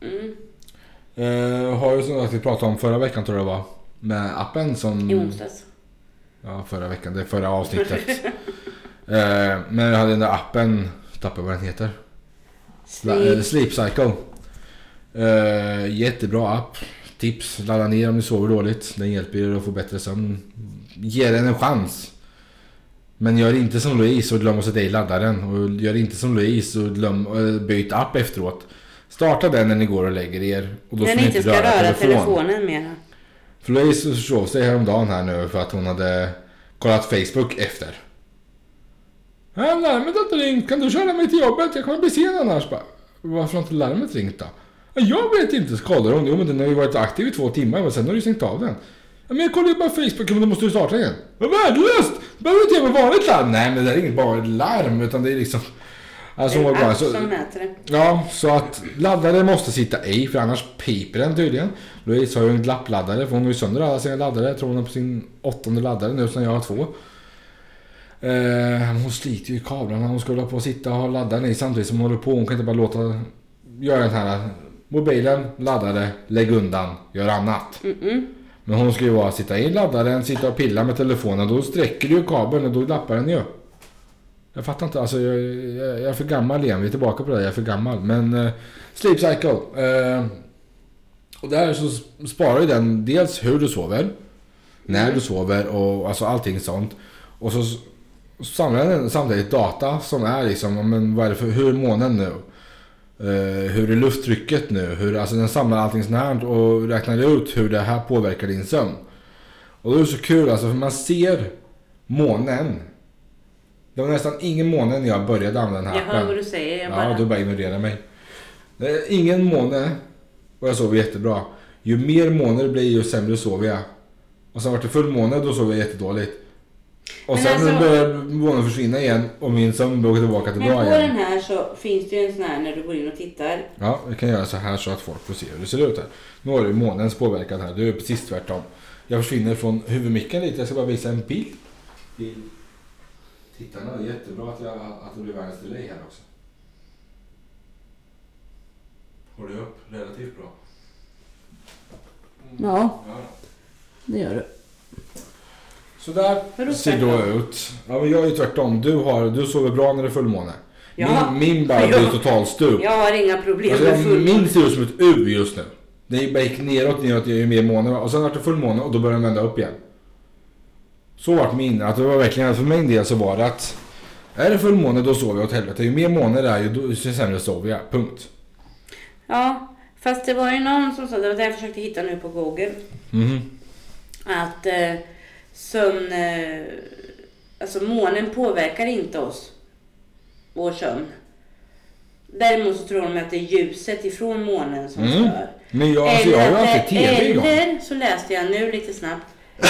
Har ju som vi pratade om förra veckan tror jag det var. Med appen som... I onsdags. Ja, förra veckan. Det är förra avsnittet. Men jag hade den där appen, tappar vad den heter. Sleep Cycle. Jättebra app. Tips, ladda ner om du sover dåligt. Den hjälper er att få bättre sömn. Ger den en chans. Men gör inte som Louise och glöm att sätta i laddaren. Och gör inte som Louise och byt app efteråt. Starta den när ni går och lägger er. Och då den inte ska röra telefonen mer. För Louise sov sig häromdagen här nu för att hon hade kollat Facebook efter. Larmet har inte ringt. Kan du köra mig till jobbet? Jag kommer bli sen annars. Varför har inte larmet ringt då? Jag vet inte, skadar hon. Jo, men den har ju varit aktiv i 2 timmar. Men sen har du stängt av den. Men jag kollar ju bara Facebook. Men då måste du starta igen. Vad värdelöst! Behöver du inte göra med vanligt larm? Nej, men det är inget bara ett larm. Utan det är liksom... Alltså, det är bara, som mäter det. Ja, så att laddare måste sitta i. För annars piper den tydligen. Louise har ju en glappladdare. För hon har ju sönder alla sina laddare. Jag tror hon har på sin 8:e laddare nu. Sen jag har 2. Hon sliter ju i kablarna. Hon skulle på att sitta och ha laddaren i samtidigt som hon håller på. Hon kan inte bara låta göra den här mobilen, laddare, lägg undan, gör annat. Men hon ska ju bara sitta i laddaren, sitta och pilla med telefonen. Då sträcker du ju kabeln och då lappar den ju. Jag fattar inte, alltså jag är för gammal igen. Vi är tillbaka på det, jag är för gammal. Men Sleep Cycle. Och där så sparar ju den dels hur du sover, när du sover och alltså allting sånt. Och så samlar den samtidigt data som är liksom, men vad är det för, hur är månen nu? Hur är lufttrycket nu? Alltså den samlar allting sånt här och räknar ut hur det här påverkar din sömn. Och det är så kul alltså, för man ser månen. Det var nästan ingen måne när jag började använda den här appen. Jag hör vad du säger. Du bara ignorerar mig. Det är ingen måne och jag sover jättebra. Ju mer måne det blir, ju sämre sover jag. Och sen var det full måne, då sover jag jättedåligt. Och men sen alltså, börjar månen försvinna igen och min sömn går tillbaka till bra igen. Men på den här så finns det ju en sån här när du går in och tittar. Ja, vi kan göra så här så att folk får se hur det ser ut här. Nu har du månens påverkan här, det är precis tvärtom. Jag försvinner från huvudmicken lite, jag ska bara visa en bild. Tittarna, det är jättebra att det blir världens delay här också. Håller du upp relativt bra? Ja, det gör du. Så där ser då ut. Ja, men jag är ju tvärtom. Du sover bra när det är fullmåne. Ja. Min bara blir totalt stup. Jag har inga problem alltså, med fullmåne. Min ser ut som ett U just nu. Det bara gick neråt, jag är ju mer måne. Och sen var det fullmåne och då började den vända upp igen. Så vart min. Att det var verkligen, för min del så var det att är det fullmåne då sover jag åt helvete. Ju mer måne det är ju sämre sover jag. Punkt. Ja, fast det var ju någon som sa, det var det jag försökte hitta nu på Google. Att sömn, alltså månen påverkar inte oss, vår sömn. Däremot så tror de att det är ljuset ifrån månen som stör. Men jag har ju alltid tv igång. Eller så läste jag nu lite snabbt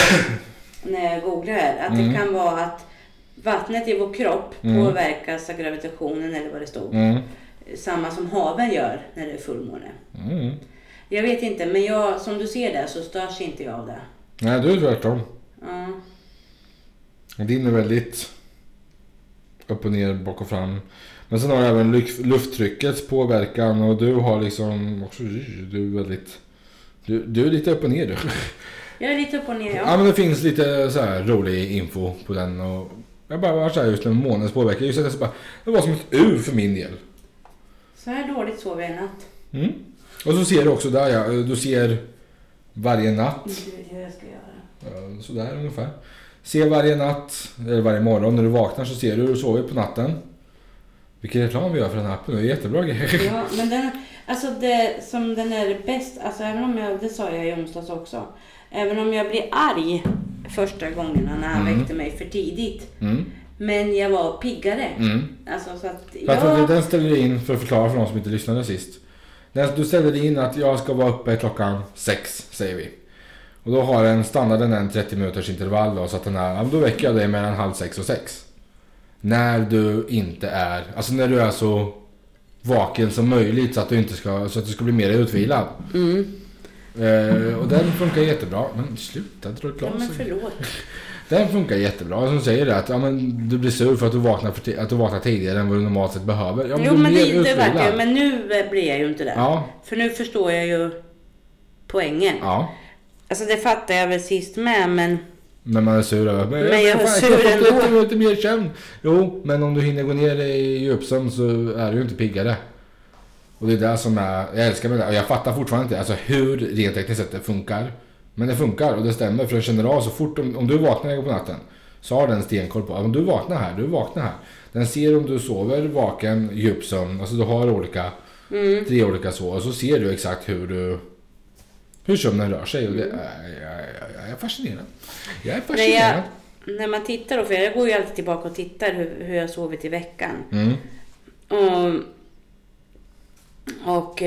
när jag googlade här, att det kan vara att vattnet i vår kropp påverkas av gravitationen eller vad det stod. Samma som haven gör när det är fullmåne. Jag vet inte, men jag, som du ser där så störs inte jag av det. Nej, du är tvärtom. Ja. Din är väldigt upp och ner, bak och fram. Men sen har du även lufttryckets påverkan och du har liksom också, du är väldigt, du är lite upp och ner du. Jag är lite upp och ner, ja. Ja, men det finns lite så här rolig info på den och jag bara var så här just med månens påverkan. Just att det var som ett U för min del. Så här dåligt sov jag i natt. Och så ser du också där, du ser varje natt. Det är det jag ska göra. Så där ungefär. Se varje natt, eller varje morgon när du vaknar så ser du hur du sover på natten. Vilken reklam vi gör för den här appen, det är jättebra grejer. Ja, men den, alltså det som den är bäst, alltså även om jag, det sa jag i onsdags också. Även om jag blir arg första gångerna när han väckte mig för tidigt. Men jag var piggare. Alltså så att den ställer in, för att förklara för de som inte lyssnade sist. Du ställer in att jag ska vara uppe klockan 6, säger vi. Och då har den standarden en 30 minuters intervall då, så att den är, då väcker jag dig mellan 5:30 och 6. När du inte är, alltså när du är så vaken som möjligt så att du inte ska, så att du ska bli mer utvilad. Och den funkar jättebra. Men sluta dra klart. Ja, men förlåt. Den funkar jättebra. Som säger det att du blir sur för att du vaknar tidigare än vad du normalt sett behöver. Ja, men det verkar, men nu blir jag ju inte det. Ja. För nu förstår jag ju poängen. Ja. Alltså det fattar jag väl sist med, men man är sur över. Men jag är sur ändå. Lite mer känd. Jo, men om du hinner gå ner i djupsömn så är du ju inte piggare. Och det är det som jag älskar med det. Och jag fattar fortfarande inte alltså hur rent tekniskt sett det funkar. Men det funkar och det stämmer, för den känner av så fort om du vaknar på natten så har den stenkoll på om du vaknar här. Den ser om du sover vaken, djupsömn, alltså du har olika 3 olika så, och så ser du exakt hur sömnen rör sig och det jag är fascinerad. När man tittar då, för jag går ju alltid tillbaka och tittar hur jag sovit i veckan. Och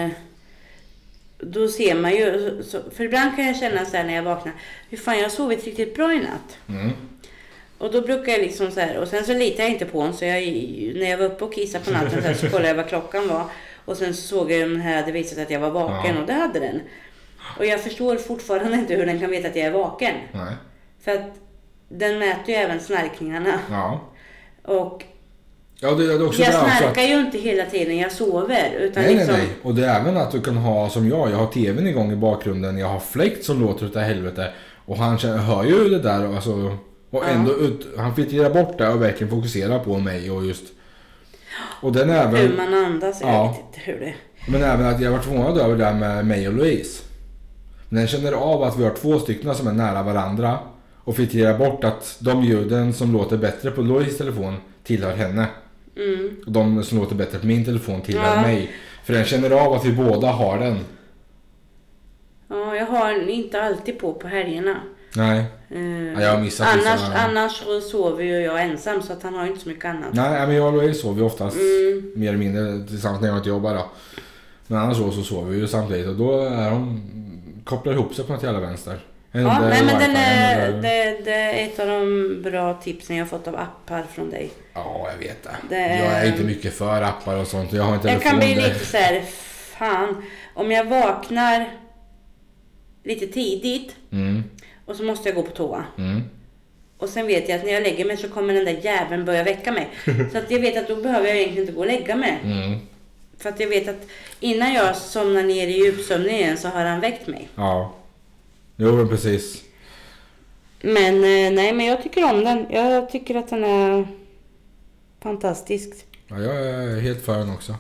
då ser man ju, för ibland kan jag känna så här när jag vaknar, hur fan jag har sovit riktigt bra i natt. Och då brukar jag liksom så här, och sen så litar jag inte på honom, så när jag var uppe och kissade på natten så kollade jag vad klockan var. Och sen så såg jag den här, hade visat att jag var vaken och det hade den. Och jag förstår fortfarande inte hur den kan veta att jag är vaken. Nej. För att den mäter ju även snarkningarna. Ja. Och det är också jag snarkar ju inte hela tiden jag sover. Utan nej. Och det är även att du kan ha som jag har tvn igång i bakgrunden. Jag har fläkt som låter utav helvete. Och han hör ju det där. Alltså, och ändå han filtrerar bort det och verkligen fokuserar på mig. Och just. Och den även, hur man andas, jag vet inte hur det. Men även att jag var förvånad över det med mig och Louise. Men den känner av att vi har 2 stycken som är nära varandra. Och filtrerar bort att de ljuden som låter bättre på Louise telefon tillhör henne. Och de som låter bättre på min telefon tillhör mig. För den känner av att vi båda har den. Ja, jag har den inte alltid på helgerna. Nej. Jag har missat annars så sover ju jag ensam så att han har inte så mycket annat. Nej, men jag sover ju oftast mer eller mindre tillsammans när jag inte jobbar då. Men annars så sover vi ju samtidigt och då är de kopplar ihop sig på något jävla vänster. Ja, nej, men det är ett av de bra tipsen jag har fått av appar från dig. Ja, jag vet det. Jag är inte mycket för appar och sånt. Jag har inte. Jag kan bli lite så här, fan, om jag vaknar lite tidigt och så måste jag gå på toa. Och sen vet jag att när jag lägger mig så kommer den där jäveln börja väcka mig. Så att jag vet att då behöver jag egentligen inte gå och lägga mig. För att jag vet att innan jag somnar ner i djupsömn igen så har han väckt mig. Ja. Jo, men precis. Men nej, men jag tycker om den. Jag tycker att den är fantastisk. Ja, jag är helt för den också.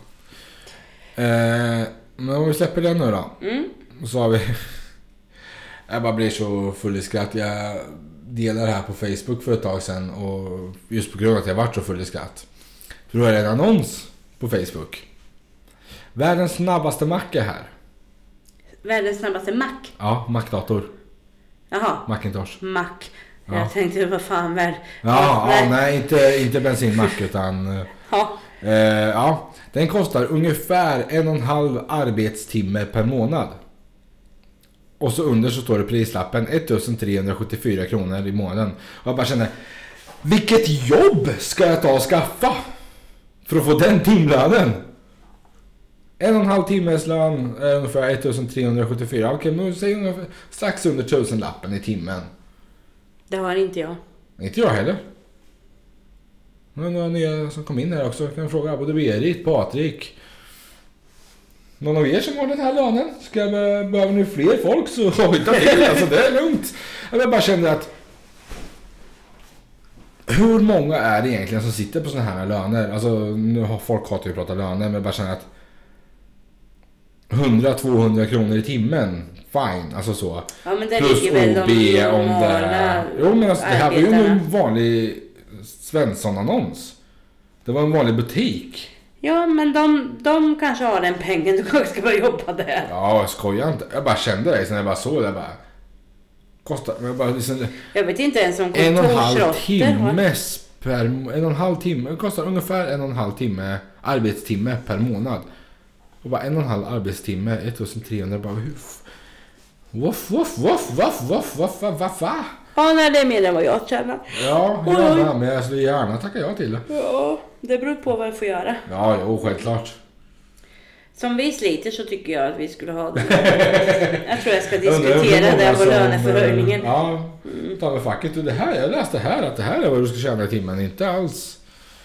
Men om vi släpper den nu då. Så har vi... Jag bara blir så full i skratt. Jag delade det här på Facebook för ett tag sedan. Och just på grund av att jag varit så full i skratt. För då är det en annons på Facebook. Världens snabbaste Mac är här. Världens snabbaste Mac? Ja, Mac-dator. Jaha. Macintosh. Mac. Ja. Jag tänkte, vad fan värld. Nej, inte bensin-Mac utan... ja, den kostar ungefär 1,5 arbetstimme per månad. Och så under så står det prislappen 1374 kronor i månaden. Och jag bara känner, vilket jobb ska jag ta och skaffa för att få den timlönen? 1,5 timmes lön är ungefär 1374. Okej, men säg ungefär strax under 1000-lappen i timmen. Det har inte jag. Inte jag heller. Men några nya som kom in här också. Kan jag fråga både Berit, Patrik. Någon av er som har den här lönen? Behöver ni fler folk så hojta till. Alltså det är lugnt. Jag bara kände att hur många är det egentligen som sitter på såna här löner? Alltså nu har folk hatat ju att prata löner, men jag bara känner att 100-200 kronor i timmen, fine, alltså så. Ja, men det plus ligger väl OB om det. Jo, men alltså, det här var ju en vanlig Svensson-annons. Det var en vanlig butik. Ja, men de kanske har den pengen. Du kanske ska börja jobba där. Ja, jag skojar inte. Jag bara kände det sen jag bara såg det. Bara kostar, jag bara liksom, jag vet inte ens om kontorsrotter. 1,5 timme. Det kostar ungefär 1,5 timme arbetstimme per månad. Och bara 1,5 arbetstimme 1300 bara Woff. Ja, nej, det är mer än vad jag känner. Ja, gärna, men jag skulle gärna tacka ja till det. Ja, det beror på vad jag får göra. Ja, jo, självklart. Som vi sliter så tycker jag att vi skulle ha det. Jag tror jag ska diskutera det på löneförhöjningen. Ja, ta med facket. Det här, jag läste här att det här är vad du ska tjäna i timmen. Inte alls.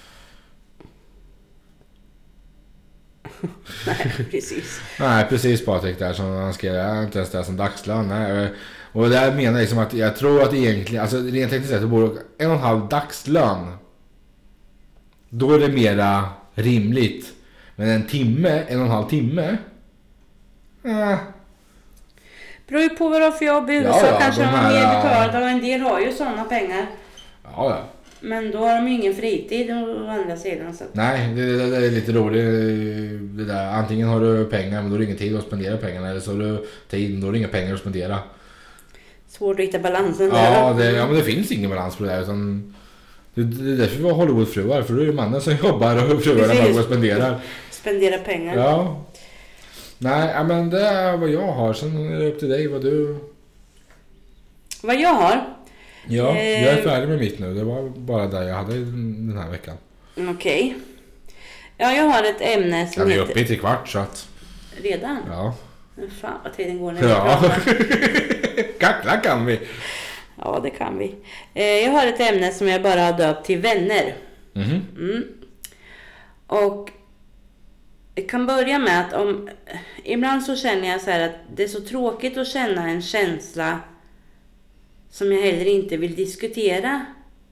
Nej, precis. Nej, precis Patrik där som han skrev. Jag har inte ens det som dagslön. Nej. Och det här menar liksom att jag tror att egentligen, alltså rent tekniskt sett, det borde 1,5 dagslön. Då är det mera rimligt. Men en timme, 1,5 timme. Beror ju på vad det för jobb. I USA kanske de har mer betalda och en del har ju sådana pengar. Ja. Men då har de ju ingen fritid å andra sidan. Så. Nej, det är lite roligt det där. Antingen har du pengar men då är det ingen tid att spendera pengarna. Eller så har du tid men då är det inga pengar att spendera. Svårt att hitta balansen där. Ja, men det finns ingen balans på det där. Utan det är därför vi har Hollywoodfruar. För då är det mannen som jobbar och fruarna bara spenderar. Spendera pengar. Ja. Nej, men det är vad jag har. Sen är det upp till dig vad du... Vad jag har? Ja, jag är färdig med mitt nu. Det var bara där jag hade den här veckan. Okej. Ja, jag har ett ämne som heter... Jag är uppe i 3/4 så att... Redan? Ja. Fan vad tiden går när vi pratar. Kackla kan vi. Ja, det kan vi. Jag har ett ämne som jag bara har döpt till vänner. Och jag kan börja med att ibland så känner jag så här att det är så tråkigt att känna en känsla som jag heller inte vill diskutera.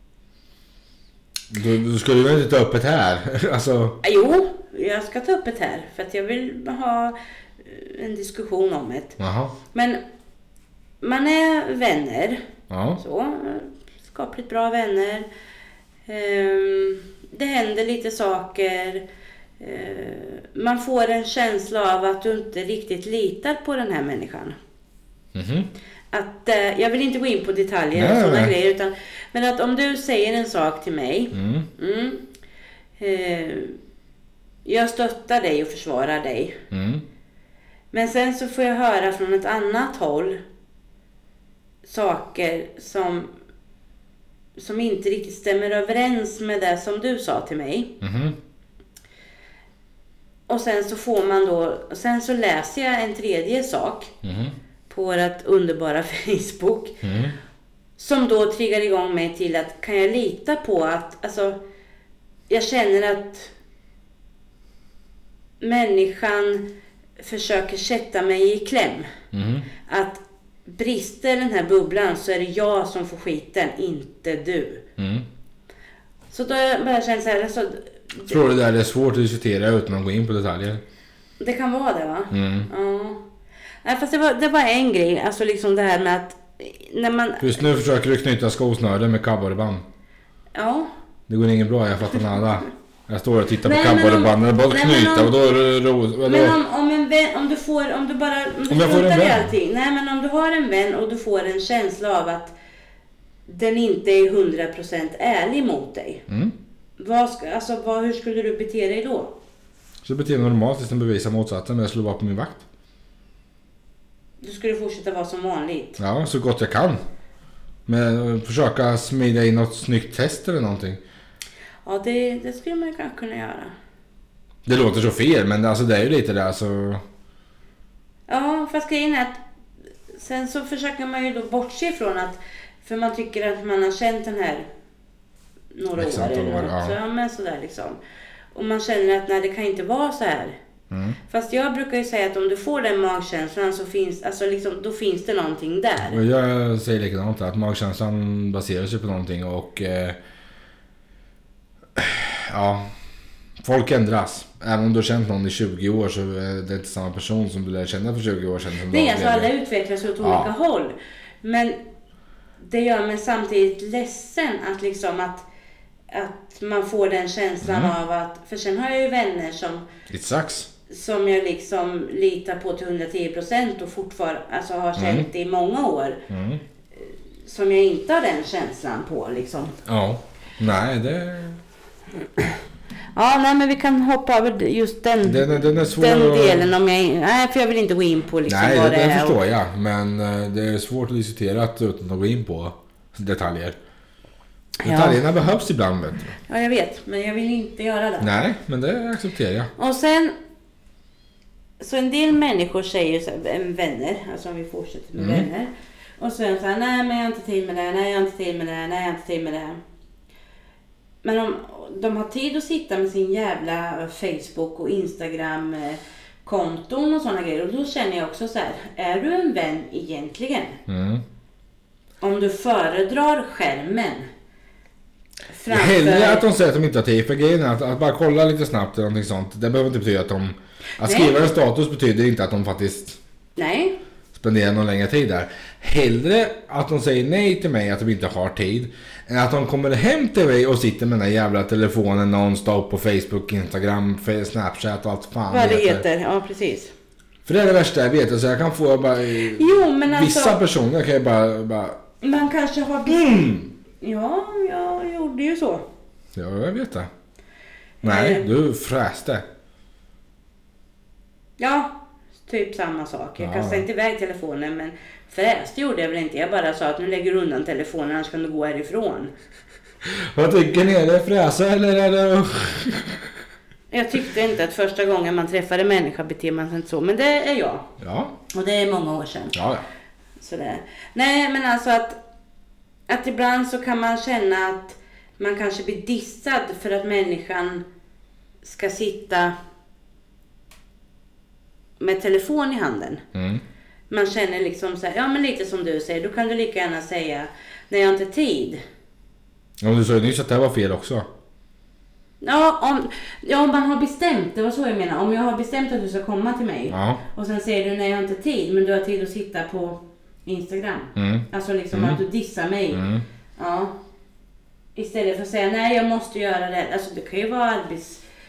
Du skulle väl inte ta upp det här? Alltså... Jo, jag ska ta upp det här. För att jag vill ha en diskussion om det. Jaha. Men man är vänner. Ja. Så, skapligt bra vänner. Det händer lite saker. Man får en känsla av att du inte riktigt litar på den här människan. att jag vill inte gå in på detaljer och sådana grejer. Men att om du säger en sak till mig. Jag stöttar dig och försvarar dig. Men sen så får jag höra från ett annat håll saker som inte riktigt stämmer överens med det som du sa till mig. Och sen så får man då, sen så läser jag en tredje sak på vårt underbara Facebook som då triggar igång mig till att kan jag lita på att, alltså jag känner att människan försöker sätta mig i kläm. Att brister den här bubblan så är det jag som får skiten, inte du. Så då börjar jag känna så här, alltså, tror du det är svårt att diskutera utan att gå in på detaljer? Det kan vara det, va? Ja, fast det var en grej, alltså liksom det här med att när man... Just nu försöker du knyta skosnören med kabelband. Ja. Det går inget bra, jag fattar nada. Jag står och tittar på kabelbanden och bara knyta och då är det roligt. Men om du får en vän. Allting. Nej, men om du har en vän och du får en känsla av att den inte är 100% ärlig mot dig. Hur skulle du bete dig då? Så beter jag normalt tills den bevisar motsatsen, men jag skulle vara på min vakt. Du skulle fortsätta vara som vanligt? Ja, så gott jag kan. Men försöka smida in något snyggt test eller någonting. Ja, det skulle man kanske kunna göra. Det låter så fel, men alltså det är ju lite där så... Ja, fast grejen är att sen så försöker man ju då bortse ifrån att, för man tycker att man har känt den här några år eller något. Ja, men sådär liksom. Och man känner att nej, det kan inte vara så här. Fast jag brukar ju säga att om du får den magkänslan så finns, alltså liksom, då finns det någonting där. Jag säger likadant att magkänslan baserar sig på någonting och ja, folk ändras. Även om du har känt någon i 20 år så är det inte samma person som du lär känna för 20 år sedan. Nej, alltså alla utvecklas åt olika håll. Men det gör mig samtidigt ledsen att liksom att man får den känslan av att, för sen har jag ju vänner som jag liksom litar på till 110% och fortfarande alltså har känt i många år. Som jag inte har den känslan på liksom. Ja, nej det... Ja, nej, men vi kan hoppa över just den delen nej, för jag vill inte gå in på liksom vad det är. Nej, det förstår och... jag, men det är svårt att diskutera utan att gå in på detaljer. Detaljerna behövs ibland, vet du. Ja, jag vet, men jag vill inte göra det. Nej, men det accepterar jag. Och sen så en del människor säger så här, vänner, alltså om vi fortsätter med vänner. Och sen så här, nej men jag har inte tid med det, nej jag har inte tid med det, nej jag har inte tid med det. Men om de har tid att sitta med sin jävla Facebook och Instagram konton och sådana grejer. Och då känner jag också så här, är du en vän egentligen? Om du föredrar skärmen framför... Hellre att de säger att de inte har tid, för grejen är att bara kolla lite snabbt eller någonting sånt. Det behöver inte betyda att de... Att skriva en status betyder inte att de faktiskt... Nej. Spenderar någon längre tid där. Hellre att de säger nej till mig, att de inte har tid, än att de kommer hem till mig och sitter med den här jävla telefonen nonstop på Facebook, Instagram, Snapchat och allt fan vad det heter. Ja, precis. För det är det värsta jag vet. Alltså jag kan få bara... men vissa alltså, personer kan jag bara... Man kanske har... Ja, jag gjorde ju så. Ja, jag vet det. Nej, du fräste. Ja, typ samma sak. Jag kastade inte iväg telefonen, men fräste gjorde jag väl inte. Jag bara sa att nu lägger du undan telefonen, annars kan du gå härifrån. Vad tycker ni? Är det fräsa eller är det... Jag tyckte inte att första gången man träffade människa beter man sig inte så. Men det är jag. Ja. Och det är många år sedan. Ja. Sådär. Nej, men alltså att ibland så kan man känna att man kanske blir dissad för att människan ska sitta med telefon i handen. Man känner liksom så här, ja men lite som du säger, då kan du lika gärna säga, nej jag har inte tid. Ja, du sa ju nyss att det var fel också. Ja, om man har bestämt, det var så jag menar. Om jag har bestämt att du ska komma till mig och sen säger du, nej jag har inte tid, men du har tid att sitta på Instagram. Alltså liksom att du dissar mig. Ja. Istället för att säga, nej jag måste göra det. Alltså det kan ju vara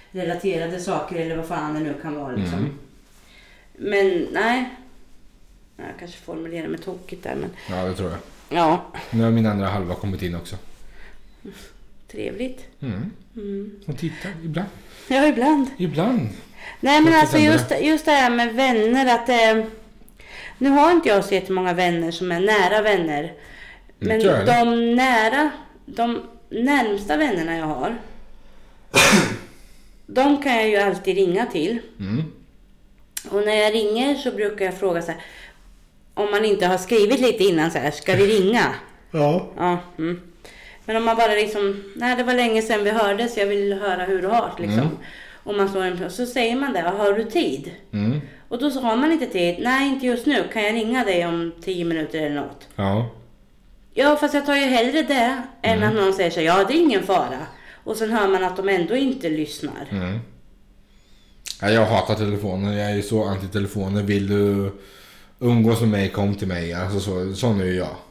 arbetsrelaterade saker eller vad fan det nu kan vara liksom. Men nej. Jag kanske formulerar mig tokigt där, men... Ja, det tror jag. Ja. Nu har min andra halva kommit in också. Trevligt. Och titta, ibland. Ja, ibland. Nej, men alltså just det här med vänner, att nu har inte jag så jättemånga vänner som är nära vänner. Men de närmsta vännerna jag har, de kan jag ju alltid ringa till. Och när jag ringer så brukar jag fråga så här, om man inte har skrivit lite innan så här, ska vi ringa? Ja. Men om man bara liksom, nej, det var länge sedan vi hördes, jag vill höra hur du har liksom. Om man slår en, så säger man det, har du tid? Och då så har man inte tid, nej inte just nu, kan jag ringa dig om 10 minuter eller något? Ja, fast jag tar ju hellre det än att någon säger så, ja det är ingen fara. Och sen hör man att de ändå inte lyssnar. Ja, jag hatar telefoner, jag är ju så anti-telefoner. Vill du umgås med mig, kom till mig. Alltså sån är ju jag.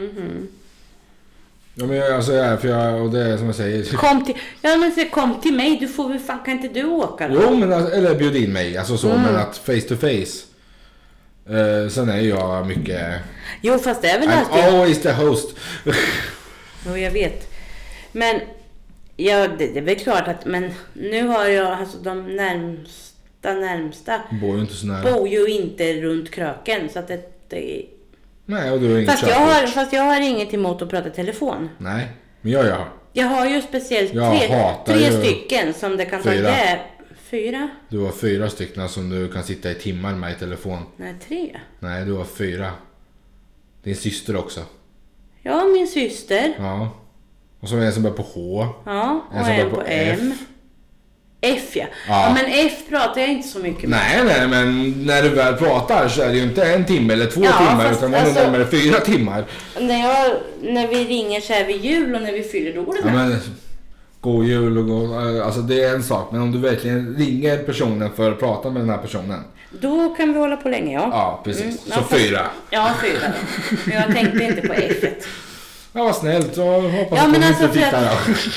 Ja, men alltså och det är som jag säger. Kom till mig, du får väl fan, kan inte du åka då? Jo, men eller bjud in mig, alltså så, men att face to face. Sen är jag mycket... Jo, fast det är väl alltid... I'm always the host. Jo, jag vet. Men, ja, det är väl klart att, men nu har jag, alltså de närmsta bor ju inte så nära. Bor ju inte runt kröken, så att det nej, och du har inget fast jag har inget emot att prata telefon. Nej, men jag har. Jag har ju speciellt tre stycken som det kan ta. Det är 4. Du har 4 stycken som du kan sitta i timmar med i telefon. Nej, 3. Nej, du har 4. Din syster också. Ja, min syster. Ja. Och så är en som börjar på H. Ja, och en på M. F, ja. Men F pratar jag inte så mycket med. Nej, men när du väl pratar så är det ju inte 1 timme eller 2 timmar, utan man är närmare 4 timmar. När vi ringer så här vid jul och när vi fyller, då går det men god jul och alltså det är en sak, men om du verkligen ringer personen för att prata med den här personen, då kan vi hålla på länge, ja. Ja, precis. Så 4. Ja, 4. Men jag tänkte inte på F-et. Ja, vad snällt. Så hoppas att de inte tittar.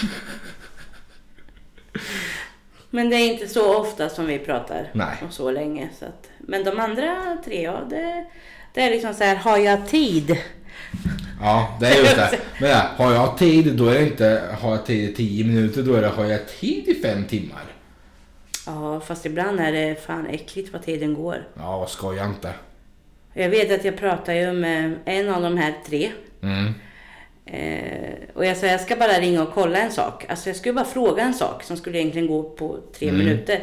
Men det är inte så ofta som vi pratar. Nej. Och så länge. Så att, men de andra 3, ja, det är liksom så här, har jag tid? Ja, det är ju det. Men har jag tid, då är det inte har jag tid i 10 minuter, då är det har jag tid i 5 timmar. Ja, fast ibland är det fan äckligt vad tiden går. Ja, skoja inte. Jag vet att jag pratar ju med en av de här 3. Och jag sa, jag ska bara ringa och kolla en sak. Alltså jag skulle bara fråga en sak som skulle egentligen gå på 3 minuter.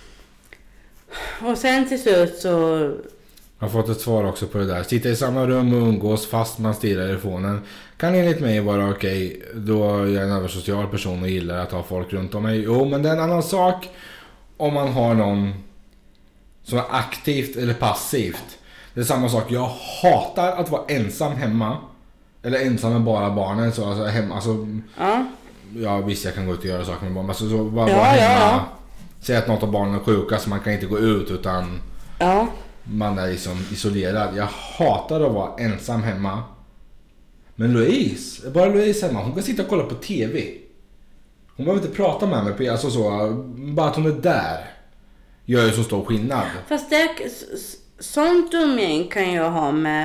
Och sen till slut så... Jag har fått ett svar också på det där. Sitta i samma rum och umgås fast man stirrar i telefonen kan enligt mig vara okej. Då är jag en översocial person och gillar att ha folk runt om mig. Jo, men det är en annan sak om man har någon som är aktivt eller passivt. Det är samma sak. Jag hatar att vara ensam hemma. Eller ensam med bara barnen. Så alltså, hemma, alltså, ja, visst jag kan gå ut och göra saker med barnen. Alltså, så bara hemma. Ja. Säg att något av barnen är sjuka så man kan inte gå ut utan man är liksom isolerad. Jag hatar att vara ensam hemma. Men Louise, bara Louise hemma, hon kan sitta och kolla på TV. Hon behöver inte prata med mig. Alltså så, bara att hon är där gör ju så stor skillnad. Fast sånt umgäng kan jag ha med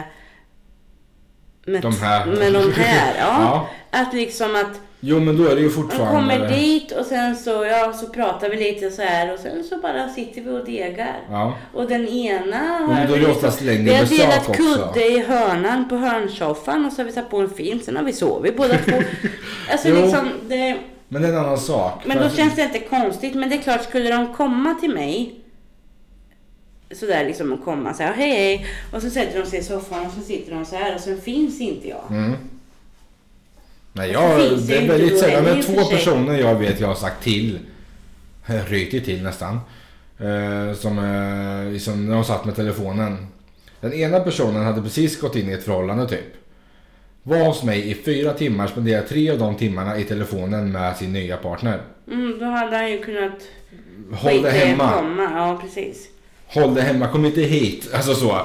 de här. Ja. Att liksom att... Jo, men då är det ju fortfarande... Man kommer dit och sen så pratar vi lite så här och sen så bara sitter vi och degar. Ja. Och den ena har vi har delat kudde i hörnan på hörnsoffan och så har vi satt på en film, sen har vi sovit båda två. Alltså liksom det... Men det är en annan sak. Men då känns det inte konstigt, men det är klart, skulle de komma till mig så där liksom och komma så här, hej, och så sätter de sig i soffan och så sitter de så här och sen finns inte jag. Nej, det är väldigt sällan med 2 personer jag vet jag har sagt till, rytigt till nästan, som när de satt med telefonen. Den ena personen hade precis gått in i ett förhållande typ. Var hos mig i 4 timmar, spenderade 3 av de timmarna i telefonen med sin nya partner. Då hade han ju kunnat hålla hemma. Ja, precis. Håll dig hemma, kom inte hit. Alltså så.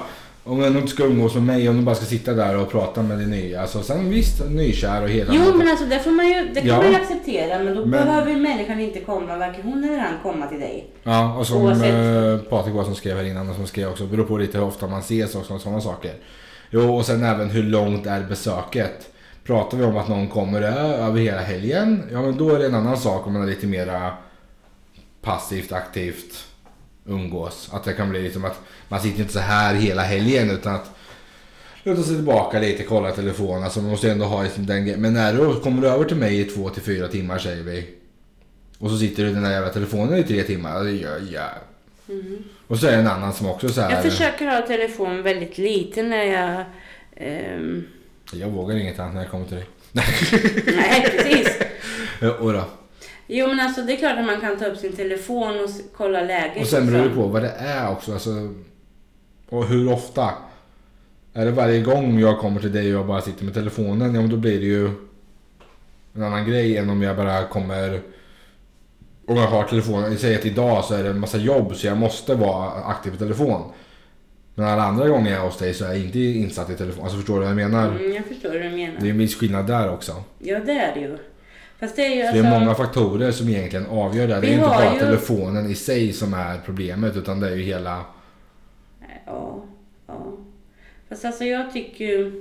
Om du inte ska umgås med mig, om du bara ska sitta där och prata med din nya. Alltså sen visst, nykär och hela... Jo, men alltså det får man ju, det kan man ju acceptera. Men då behöver människan inte komma, varken hon eller han komma till dig. Ja, och som Patrik var som skrev här innan och som skrev också, beror på lite hur ofta man ses och sådana saker. Jo, och sen även hur långt är besöket. Pratar vi om att någon kommer över hela helgen, ja men då är det en annan sak om man är lite mera passivt, aktivt umgås. Att det kan bli liksom att man sitter inte så här hela helgen utan att låta sig tillbaka lite, kolla telefonen. Alltså man måste ändå ha den grejen. Men när du kommer över till mig i 2 till 4 timmar säger vi. Och så sitter du i den där jävla telefonen i 3 timmar. Det gör jag. Och så är det en annan som också så här. Jag försöker ha telefonen väldigt lite när jag... Jag vågar inget annat när jag kommer till dig. Nej, precis. Och då? Jo, men alltså det är klart att man kan ta upp sin telefon och kolla läget. Och sen beror det på vad det är också. Alltså, och hur ofta. Är det varje gång jag kommer till dig och jag bara sitter med telefonen, ja men då blir det ju en annan grej än om jag bara kommer... Om jag har telefonen, jag säger att idag så är det en massa jobb så jag måste vara aktiv på telefon. Men alla andra gånger jag är hos dig så är jag inte insatt i telefon. Alltså förstår du vad jag menar? Jag förstår vad du menar. Det är en viss skillnad där också. Ja, det är det ju. Fast det är ju det är många faktorer som egentligen avgör det. Det är inte bara ju... telefonen i sig som är problemet utan det är ju hela... Ja. Fast alltså jag tycker ju...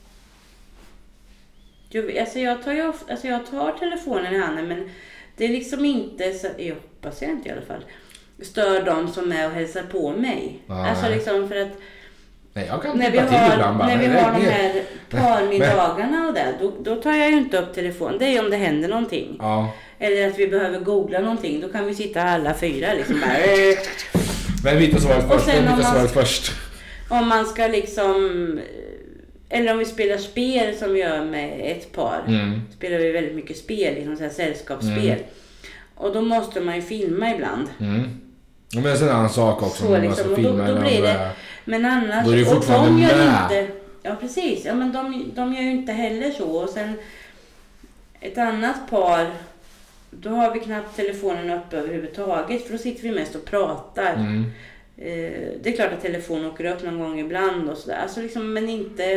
Jag tar telefonen i handen men det är liksom inte... Jag hoppas jag inte i alla fall. Stör de som är och hälsar på mig. Ja, alltså liksom för att... Nej, jag kan när vi har de här parmiddagarna och det, då tar jag ju inte upp telefon. Det är om det händer någonting. Ja. Eller att vi behöver googla någonting. Då kan vi sitta alla 4 liksom bara... Men vilka svarar först? Om man ska liksom... Eller om vi spelar spel som vi gör med ett par. Spelar vi väldigt mycket spel, liksom så här sällskapsspel. Och då måste man ju filma ibland. Men det är en annan sak också. Så liksom, och då blir det... Men annars... Då är det fortfarande och de gör med. inte... Ja, precis. Ja, men de gör ju inte heller så. Och sen ett annat par... Då har vi knappt telefonen uppe överhuvudtaget. För då sitter vi mest och pratar. Det är klart att telefonen åker upp någon gång ibland och sådär. Alltså liksom, men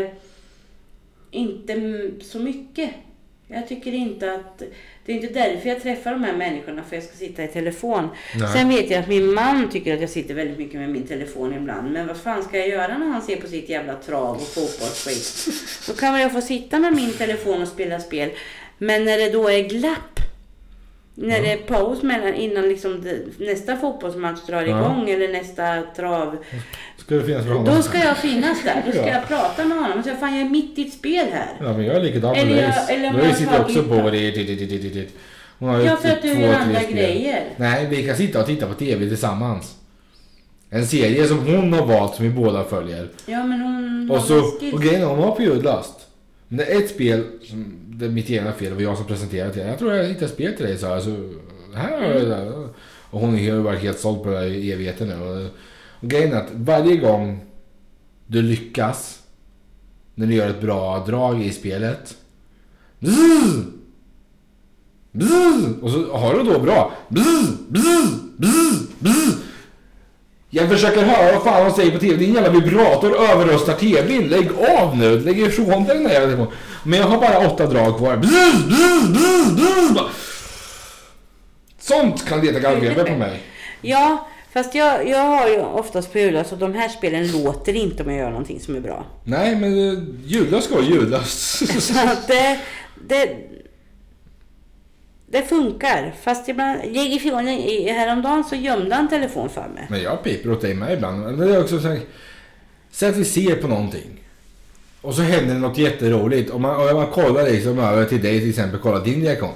inte så mycket. Jag tycker inte att... Det är inte därför jag träffar de här människorna för jag ska sitta i telefon. Nej. Sen vet jag att min man tycker att jag sitter väldigt mycket med min telefon ibland. Men vad fan ska jag göra när han ser på sitt jävla trav och fotbollsskit? Då kan väl jag få sitta med min telefon och spela spel. Men när det då är glapp, när det är paus innan liksom nästa fotbollsmatch drar igång eller nästa trav, ska det finnas för honom? Då ska jag finnas där. Då ska jag prata med honom. Så fan, jag är mitt i ett spel här. Ja, men jag är likadant med dig. Du sitter också på det. Ja, för att du gör andra grejer. Nej, vi kan sitta och titta på tv tillsammans. En serie som hon har valt som vi båda följer. Ja, men hon och grejen hon har på ljudlöst. Men det är ett spel som det är mitt egna fel och jag som presenterar till. Jag tror jag hittade spel till dig så här. Så här och hon har ju varit helt såld på det här i evigheten nu. Och grejen är att varje gång du lyckas när du gör ett bra drag i spelet och så har du då bra jag försöker höra vad fan hon säger på tv. Din jävla vibrator överröstar tvn. Lägg av nu. Lägg ifrån den där. Men jag har bara 8 drag kvar. Sånt kan leta galgreber på mig. Ja, fast jag har ju oftast på ljudlöst och de här spelen låter inte om jag gör någonting som är bra. Nej, men ljudlöst ska vara ljudlöst. Så att det funkar. Fast ibland, häromdagen så gömde han telefon för mig. Men jag piper åt dig med ibland. Men det är också så här, säg att vi ser på någonting. Och så händer det något jätteroligt. Och man kollar liksom över till dig till exempel. Kolla din reaktion.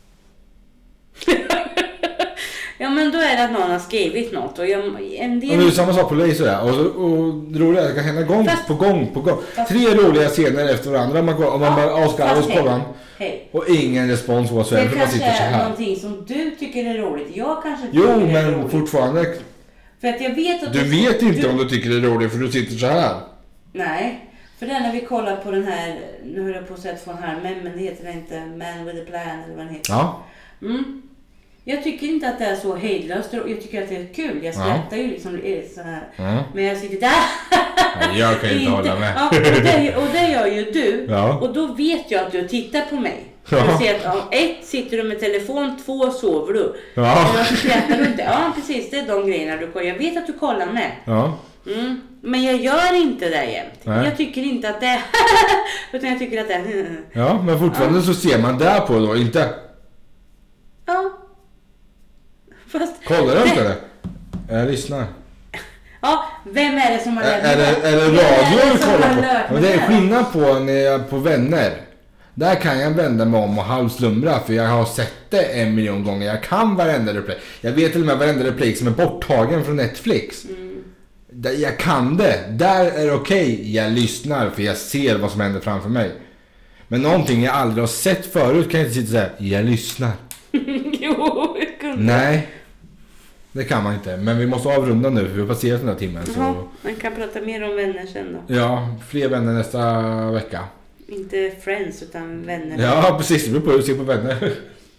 Ja, men då är det att någon har skrivit något. Och en del... Och det är samma sak på dig sådär. Och det roliga är att det kan hända gång på gång. 3 roliga scener efter varandra. Och man bara avskallar hos kollan. Och ingen respons på Sverige. Det kanske är någonting som du tycker är roligt. Jag kanske tycker det är roligt. Fortfarande. För att jag vet att du vet inte om du tycker det är roligt för du sitter så här. Nej. För det är när vi kollar på den här, nu höll jag på att säga från här, men det heter det inte Man with a Plan eller vad den heter. Ja. Jag tycker inte att det är så hejdlöst. Jag tycker att det är kul. Jag skrattar ju liksom så här. Men jag sitter där Jag kan inte hålla med. Ja, och det gör ju du. Ja. Och då vet jag att du tittar på mig. Jag ser att ett, sitter du med telefon, 2, sover du. Ja. Du inte. Ja, precis. Det är de grejerna du kollar. Jag vet att du kollar med. Ja. Men jag gör inte det jämt. Nej. Jag tycker inte att det är utan jag tycker att det är Ja, men fortfarande så ser man där på då, inte? Ja. Fast kollar du inte det? Jag lyssnar. Ja, vem är det som har lärt mig? Är det radio du kollar på? Men det är skillnad på vänner. Där kan jag vända mig om och halvslumra, för jag har sett det 1 miljon gånger. Jag kan varenda replik. Jag vet till och med varenda replik som är borttagen från Netflix. Jag kan det. Där är det okej. Jag lyssnar för jag ser vad som händer framför mig. Men någonting jag aldrig har sett förut kan jag inte sitta och säga, jag lyssnar. Jo, jag kunde. Nej. Det kan man inte. Men vi måste avrunda nu för vi har passerat den här timmen. Så... man kan prata mer om vänner sen då. Ja, fler vänner nästa vecka. Inte friends utan vänner. Ja, precis. Det beror på hur du ser på vänner.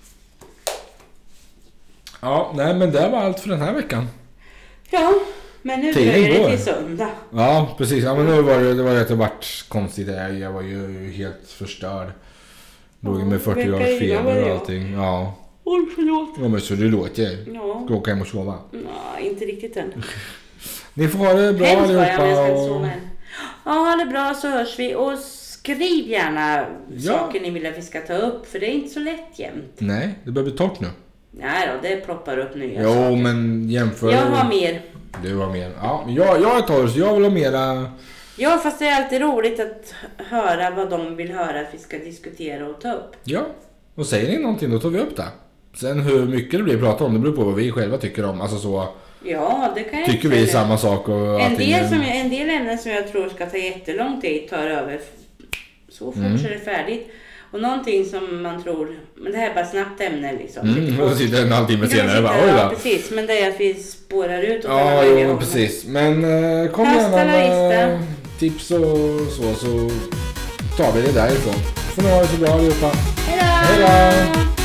Ja, nej men det var allt för den här veckan. Ja, men nu dröjer det till söndag. Ja, precis. Ja, men nu var det varit konstigt. Jag var ju helt förstörd. Låg med 40 graders feber och allting. Ja. Oj, förlåt. Ja, men så det låter. Ja. Ska åka hem och sova. Ja, inte riktigt än. Ni får ha det bra allihopa. Ja, ha det bra så hörs vi. Och skriv gärna saker ni vill att vi ska ta upp. För det är inte så lätt jämt. Nej, det börjar bli torrt nu. Nej då, det ploppar upp nya saker. Jo, men jämför. Jag har mer. Du har mer. Ja, jag är torr så jag vill ha mera. Ja, fast det är alltid roligt att höra vad de vill höra att vi ska diskutera och ta upp. Ja, och säger ni någonting då tar vi upp det. Sen hur mycket det blir att prata om, det beror på vad vi själva tycker om. Alltså så. Ja, det kan jag tycker vi samma sak och en del ämnen som jag tror ska ta jättelång tid tar över så fort så är det färdigt. Och någonting som man tror, men det här är bara snabbt ämne liksom. Och så sitter en halvtimme senare bara, oj då. Ja, precis, men det är att vi spårar ut. Och ja, jo, precis. Men kom gärna med tips och så tar vi det därifrån. Får ni ha det så bra allihopa. Hej då!